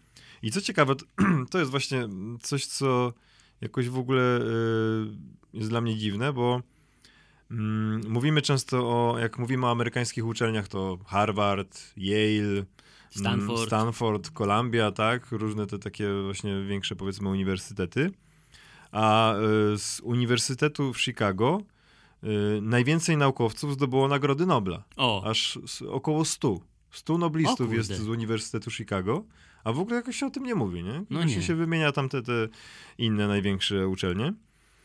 I co ciekawe, to, to jest właśnie coś, co jakoś w ogóle y, jest dla mnie dziwne, bo mm, mówimy często o, jak mówimy o amerykańskich uczelniach, to Harvard, Yale, Stanford. Stanford, Columbia, tak? Różne te takie właśnie większe, powiedzmy, uniwersytety. A y, z Uniwersytetu w Chicago y, najwięcej naukowców zdobyło Nagrody Nobla. O. Aż s- około stu. stu noblistów O jest kurde. z Uniwersytetu Chicago, a w ogóle jakoś się o tym nie mówi, nie? No Właśnie nie. się wymienia tam te, te inne największe uczelnie.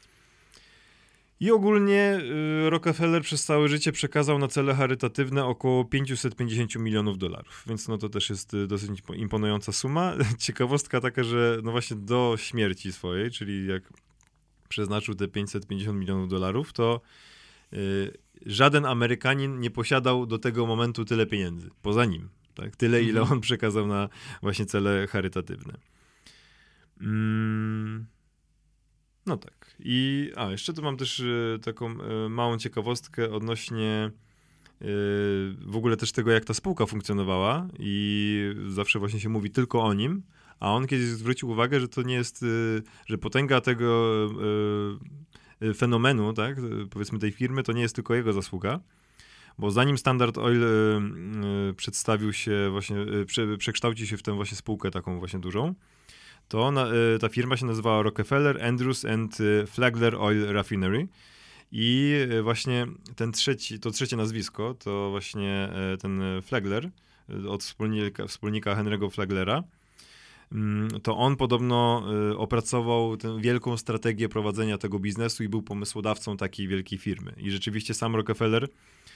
I ogólnie y, Rockefeller przez całe życie przekazał na cele charytatywne około pięćset pięćdziesiąt milionów dolarów, więc no to też jest y, dosyć impo- imponująca suma. Ciekawostka taka, że no właśnie do śmierci swojej, czyli jak przeznaczył te pięćset pięćdziesiąt milionów dolarów, to y, żaden Amerykanin nie posiadał do tego momentu tyle pieniędzy, poza nim. Tak? Tyle, ile Mhm. on przekazał na właśnie cele charytatywne. Mm. No tak. I a, jeszcze tu mam też y, taką y, małą ciekawostkę odnośnie y, w ogóle też tego, jak ta spółka funkcjonowała i zawsze właśnie się mówi tylko o nim, a on kiedyś zwrócił uwagę, że to nie jest, y, że potęga tego y, y, fenomenu, tak, y, powiedzmy tej firmy, to nie jest tylko jego zasługa, bo zanim Standard Oil y, y, przedstawił się właśnie, y, prze, przekształcił się w tę właśnie spółkę taką właśnie dużą, to na, y, ta firma się nazywała Rockefeller, Andrews and y, Flagler Oil Refinery i y, właśnie ten trzeci, to trzecie nazwisko, to właśnie y, ten Flagler y, od wspólnika, wspólnika Henry'ego Flaglera, mm, to on podobno y, opracował tę wielką strategię prowadzenia tego biznesu i był pomysłodawcą takiej wielkiej firmy. I rzeczywiście sam Rockefeller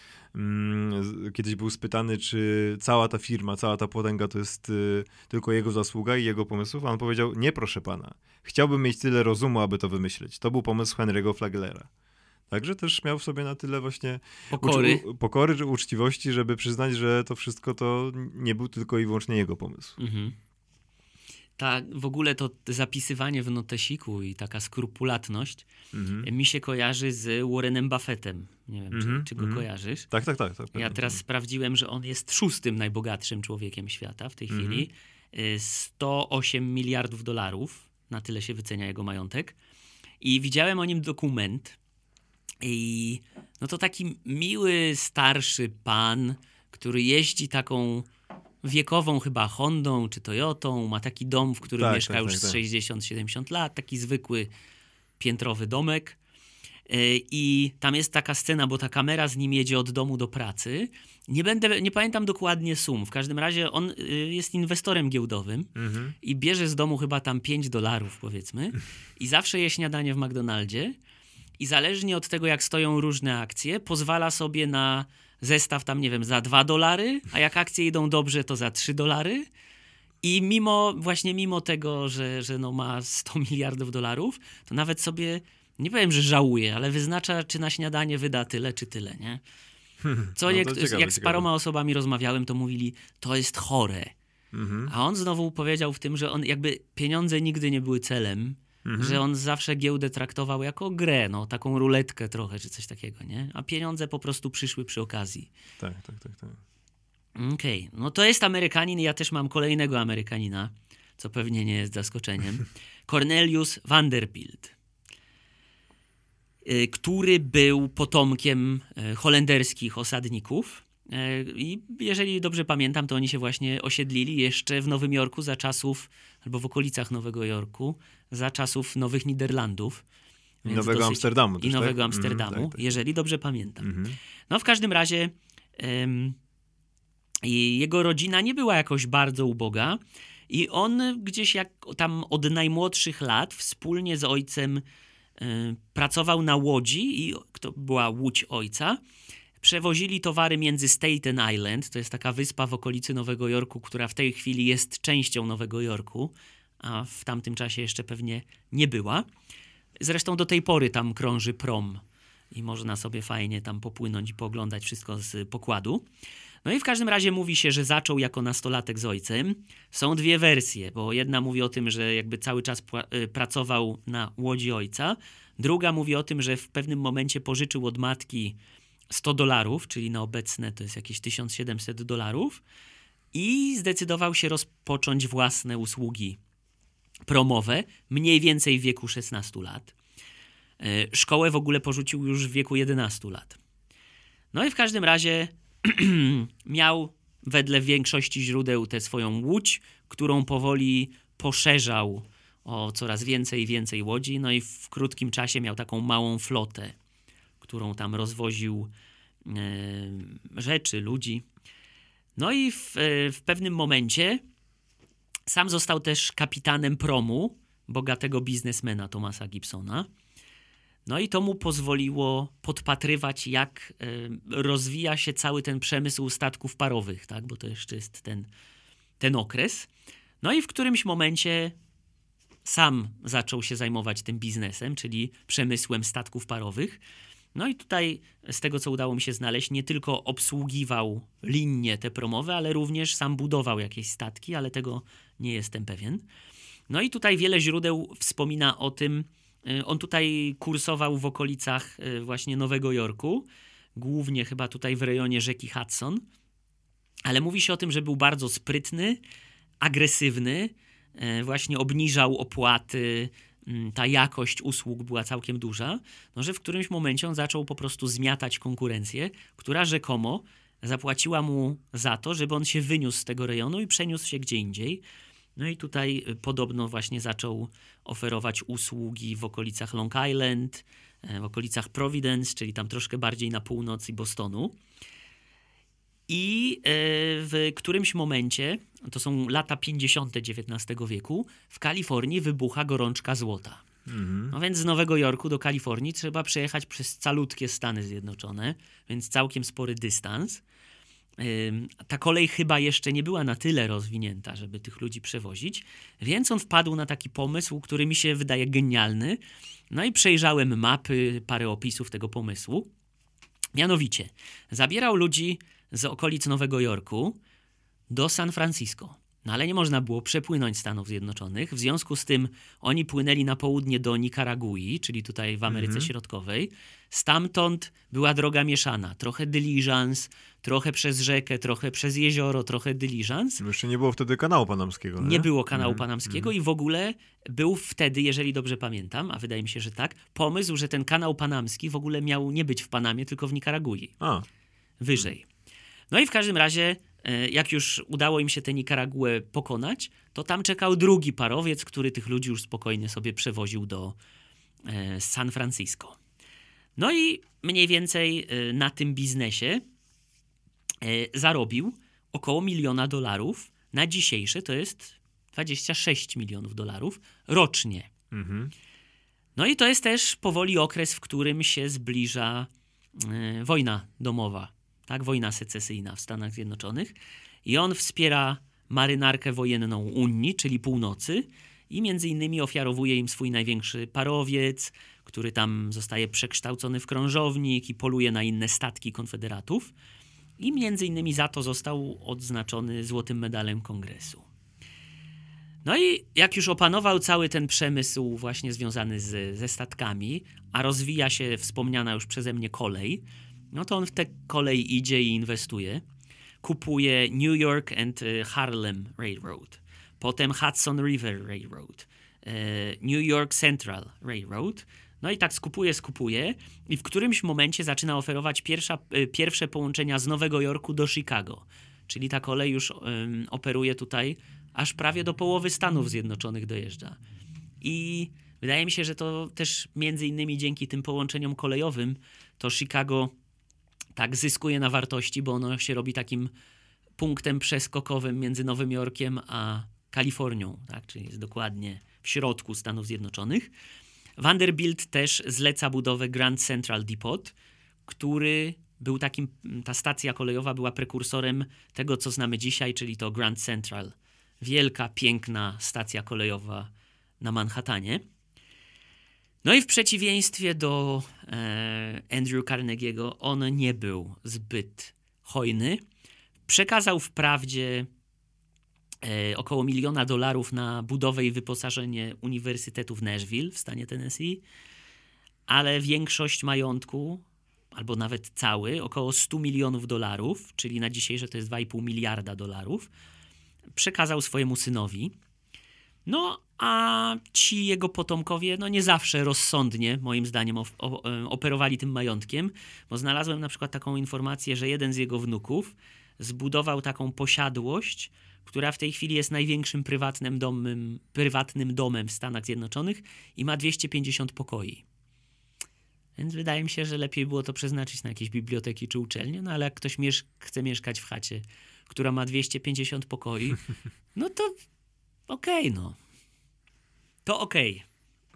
kiedyś był spytany, czy cała ta firma, cała ta potęga to jest y, tylko jego zasługa i jego pomysłów, a on powiedział, nie proszę pana, chciałbym mieć tyle rozumu, aby to wymyśleć. To był pomysł Henry'ego Flaglera. Także też miał w sobie na tyle właśnie Pokory. Ucz, u, pokory czy uczciwości, żeby przyznać, że to wszystko to nie był tylko i wyłącznie jego pomysł. Mhm. Ta, w ogóle to zapisywanie w notesiku i taka skrupulatność Mhm. mi się kojarzy z Warrenem Buffettem. Nie wiem, Mhm, czy, czy go mhm. kojarzysz. Tak, tak, tak. tak Ja pamiętam. teraz sprawdziłem, że on jest szóstym najbogatszym człowiekiem świata w tej Mhm. chwili. Y, sto osiem miliardów dolarów, na tyle się wycenia jego majątek. I widziałem o nim dokument i no to taki miły, starszy pan, który jeździ taką wiekową chyba Hondą czy Toyotą, ma taki dom, w którym Tak, mieszka tak, już tak, z tak. sześćdziesiąt siedemdziesiąt lat, taki zwykły piętrowy domek. Yy, I tam jest taka scena, bo ta kamera z nim jedzie od domu do pracy. Nie będę, nie pamiętam dokładnie sum. W każdym razie on yy, jest inwestorem giełdowym Mhm. i bierze z domu chyba tam pięć dolarów, powiedzmy. I zawsze je śniadanie w McDonaldzie. I zależnie od tego, jak stoją różne akcje, pozwala sobie na zestaw tam, nie wiem, za dwa dolary, a jak akcje idą dobrze, to za trzy dolary. I mimo, właśnie mimo tego, że, że no ma sto miliardów dolarów, to nawet sobie, nie powiem, że żałuje, ale wyznacza, czy na śniadanie wyda tyle, czy tyle, nie? Co No nie, to jak ciekawe, z ciekawe. paroma osobami rozmawiałem, to mówili, to jest chore. Mhm. A on znowu powiedział w tym, że on jakby pieniądze nigdy nie były celem, Mhm. że on zawsze giełdę traktował jako grę, no taką ruletkę trochę, czy coś takiego, nie? A pieniądze po prostu przyszły przy okazji. Tak, tak, tak, tak. Okej, okay. No to jest Amerykanin, ja też mam kolejnego Amerykanina, co pewnie nie jest zaskoczeniem. Cornelius Vanderbilt, y, który był potomkiem y, holenderskich osadników. Y, I jeżeli dobrze pamiętam, to oni się właśnie osiedlili jeszcze w Nowym Jorku za czasów, albo w okolicach Nowego Jorku, za czasów Nowych Niderlandów. I Więc Nowego dosyć- Amsterdamu I też, Nowego tak? Amsterdamu, Mhm, tak, tak. jeżeli dobrze pamiętam. Mhm. No w każdym razie em, i jego rodzina nie była jakoś bardzo uboga i on gdzieś jak tam od najmłodszych lat wspólnie z ojcem e, pracował na łodzi i to była łódź ojca. Przewozili towary między Staten Island, to jest taka wyspa w okolicy Nowego Jorku, która w tej chwili jest częścią Nowego Jorku, a w tamtym czasie jeszcze pewnie nie była. Zresztą do tej pory tam krąży prom i można sobie fajnie tam popłynąć i pooglądać wszystko z pokładu. No i w każdym razie mówi się, że zaczął jako nastolatek z ojcem. Są dwie wersje, bo jedna mówi o tym, że jakby cały czas pła- y, pracował na łodzi ojca. Druga mówi o tym, że w pewnym momencie pożyczył od matki sto dolarów, czyli na obecne to jest jakieś tysiąc siedemset dolarów. i zdecydował się rozpocząć własne usługi promowe, mniej więcej w wieku szesnastu lat. Szkołę w ogóle porzucił już w wieku jedenastu lat. No i w każdym razie miał wedle większości źródeł tę swoją łódź, którą powoli poszerzał o coraz więcej i więcej łodzi, no i w krótkim czasie miał taką małą flotę, którą tam rozwoził e, rzeczy, ludzi. No i w, e, w pewnym momencie sam został też kapitanem promu bogatego biznesmena Thomasa Gibsona. No i to mu pozwoliło podpatrywać, jak e, rozwija się cały ten przemysł statków parowych, tak? Bo to jeszcze jest ten, ten okres. No i w którymś momencie sam zaczął się zajmować tym biznesem, czyli przemysłem statków parowych. No i tutaj z tego, co udało mi się znaleźć, nie tylko obsługiwał linie te promowe, ale również sam budował jakieś statki, ale tego nie jestem pewien. No i tutaj wiele źródeł wspomina o tym. On tutaj kursował w okolicach właśnie Nowego Jorku, głównie chyba tutaj w rejonie rzeki Hudson, ale mówi się o tym, że był bardzo sprytny, agresywny, właśnie obniżał opłaty, ta jakość usług była całkiem duża, no że w którymś momencie on zaczął po prostu zmiatać konkurencję, która rzekomo zapłaciła mu za to, żeby on się wyniósł z tego rejonu i przeniósł się gdzie indziej. No i tutaj podobno właśnie zaczął oferować usługi w okolicach Long Island, w okolicach Providence, czyli tam troszkę bardziej na północ i Bostonu. I w którymś momencie, to są lata pięćdziesiąte dziewiętnastego wieku, w Kalifornii wybucha gorączka złota. Mhm. No więc z Nowego Jorku do Kalifornii trzeba przejechać przez calutkie Stany Zjednoczone, więc całkiem spory dystans. Ta kolej chyba jeszcze nie była na tyle rozwinięta, żeby tych ludzi przewozić, więc on wpadł na taki pomysł, który mi się wydaje genialny. No i przejrzałem mapy, parę opisów tego pomysłu. Mianowicie, zabierał ludzi z okolic Nowego Jorku do San Francisco. No ale nie można było przepłynąć Stanów Zjednoczonych. W związku z tym oni płynęli na południe do Nikaragui, czyli tutaj w Ameryce mhm. Środkowej. Stamtąd była droga mieszana. Trochę dyliżans, trochę przez rzekę, trochę przez jezioro, trochę dyliżans. No jeszcze nie było wtedy kanału panamskiego. Nie, nie było kanału mhm. panamskiego mhm. i w ogóle był wtedy, jeżeli dobrze pamiętam, a wydaje mi się, że tak, pomysł, że ten kanał panamski w ogóle miał nie być w Panamie, tylko w Nikaragui. A. Wyżej. No i w każdym razie, jak już udało im się tę Nikaraguę pokonać, to tam czekał drugi parowiec, który tych ludzi już spokojnie sobie przewoził do San Francisco. No i mniej więcej na tym biznesie zarobił około miliona dolarów. Na dzisiejsze to jest dwadzieścia sześć milionów dolarów rocznie. Mhm. No i to jest też powoli okres, w którym się zbliża wojna domowa. Tak, wojna secesyjna w Stanach Zjednoczonych i on wspiera marynarkę wojenną Unii, czyli północy i między innymi ofiarowuje im swój największy parowiec, który tam zostaje przekształcony w krążownik i poluje na inne statki konfederatów i między innymi za to został odznaczony złotym medalem Kongresu. No i jak już opanował cały ten przemysł właśnie związany z, ze statkami, a rozwija się wspomniana już przeze mnie kolej, no to on w tę kolej idzie i inwestuje. Kupuje New York and Harlem Railroad, potem Hudson River Railroad, New York Central Railroad. No i tak skupuje, skupuje i w którymś momencie zaczyna oferować pierwsza, pierwsze połączenia z Nowego Jorku do Chicago. Czyli ta kolej już um, operuje tutaj aż prawie do połowy Stanów Zjednoczonych dojeżdża. I wydaje mi się, że to też między innymi dzięki tym połączeniom kolejowym to Chicago tak zyskuje na wartości, bo ono się robi takim punktem przeskokowym między Nowym Jorkiem a Kalifornią, tak? Czyli jest dokładnie w środku Stanów Zjednoczonych. Vanderbilt też zleca budowę Grand Central Depot, który był takim, ta stacja kolejowa była prekursorem tego, co znamy dzisiaj, czyli to Grand Central. Wielka, piękna stacja kolejowa na Manhattanie. No i w przeciwieństwie do e, Andrew Carnegie'ego, on nie był zbyt hojny. Przekazał wprawdzie e, około miliona dolarów na budowę i wyposażenie Uniwersytetu w Nashville w stanie Tennessee, ale większość majątku albo nawet cały, około sto milionów dolarów, czyli na dzisiejsze to jest dwa i pół miliarda dolarów, przekazał swojemu synowi. No, a ci jego potomkowie, no nie zawsze rozsądnie, moim zdaniem, o, o, operowali tym majątkiem, bo znalazłem na przykład taką informację, że jeden z jego wnuków zbudował taką posiadłość, która w tej chwili jest największym prywatnym domem, prywatnym domem w Stanach Zjednoczonych i ma dwieście pięćdziesiąt pokoi. Więc wydaje mi się, że lepiej było to przeznaczyć na jakieś biblioteki czy uczelnie, no ale jak ktoś miesz- chce mieszkać w chacie, która ma dwieście pięćdziesiąt pokoi, no to okej, okay, no. To okej. Okay.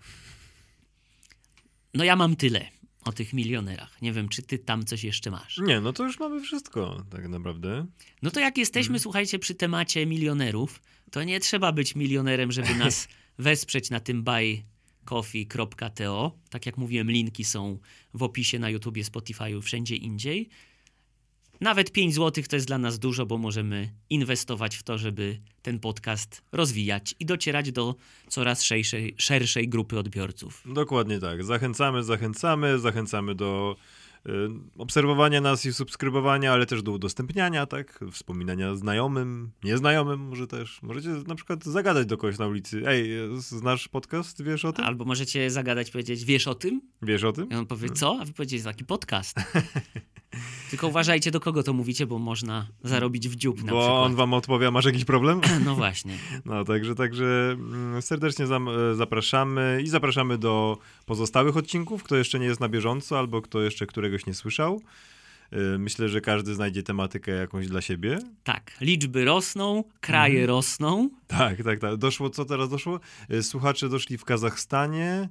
No ja mam tyle o tych milionerach. Nie wiem, czy ty tam coś jeszcze masz. Nie, no to już mamy wszystko tak naprawdę. No to jak jesteśmy, hmm. słuchajcie, przy temacie milionerów, to nie trzeba być milionerem, żeby nas wesprzeć na tym buy coffee kropka to. Tak jak mówiłem, linki są w opisie na YouTubie, Spotify'u, wszędzie indziej. Nawet pięć złotych to jest dla nas dużo, bo możemy inwestować w to, żeby ten podcast rozwijać i docierać do coraz szerszej, szerszej grupy odbiorców. Dokładnie tak. Zachęcamy, zachęcamy, zachęcamy do y, obserwowania nas i subskrybowania, ale też do udostępniania, tak? Wspominania znajomym, nieznajomym może też. Możecie na przykład zagadać do kogoś na ulicy. Ej, znasz podcast? Wiesz o tym? Albo możecie zagadać, powiedzieć, wiesz o tym? Wiesz o tym? I on powie, co? A wy powiecie, taki podcast. Tylko uważajcie, do kogo to mówicie, bo można zarobić w dziób na bo przykład. On wam odpowie, masz jakiś problem? No właśnie. No także, także serdecznie zapraszamy i zapraszamy do pozostałych odcinków, kto jeszcze nie jest na bieżąco albo kto jeszcze któregoś nie słyszał. Myślę, że każdy znajdzie tematykę jakąś dla siebie. Tak, liczby rosną, kraje mhm. rosną. Tak, tak, tak. Doszło, co teraz doszło? Słuchacze doszli w Kazachstanie,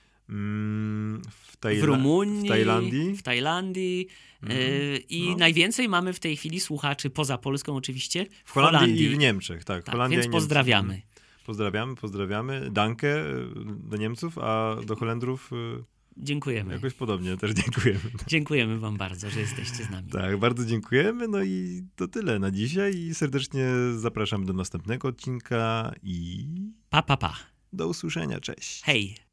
w, Tajla- w Rumunii, w Tajlandii. W Tajlandii mm, yy, I no. najwięcej mamy w tej chwili słuchaczy poza Polską oczywiście. W, w Holandii, Holandii i w Niemczech, tak. tak Holandia więc i Niemcy. pozdrawiamy. Pozdrawiamy, pozdrawiamy. Dankę do Niemców, a do Holendrów dziękujemy. Jakoś podobnie, też dziękujemy. Dziękujemy wam bardzo, że jesteście z nami. Tak, bardzo dziękujemy. No i to tyle na dzisiaj i serdecznie zapraszam do następnego odcinka i pa, pa, pa. Do usłyszenia, cześć. Hej.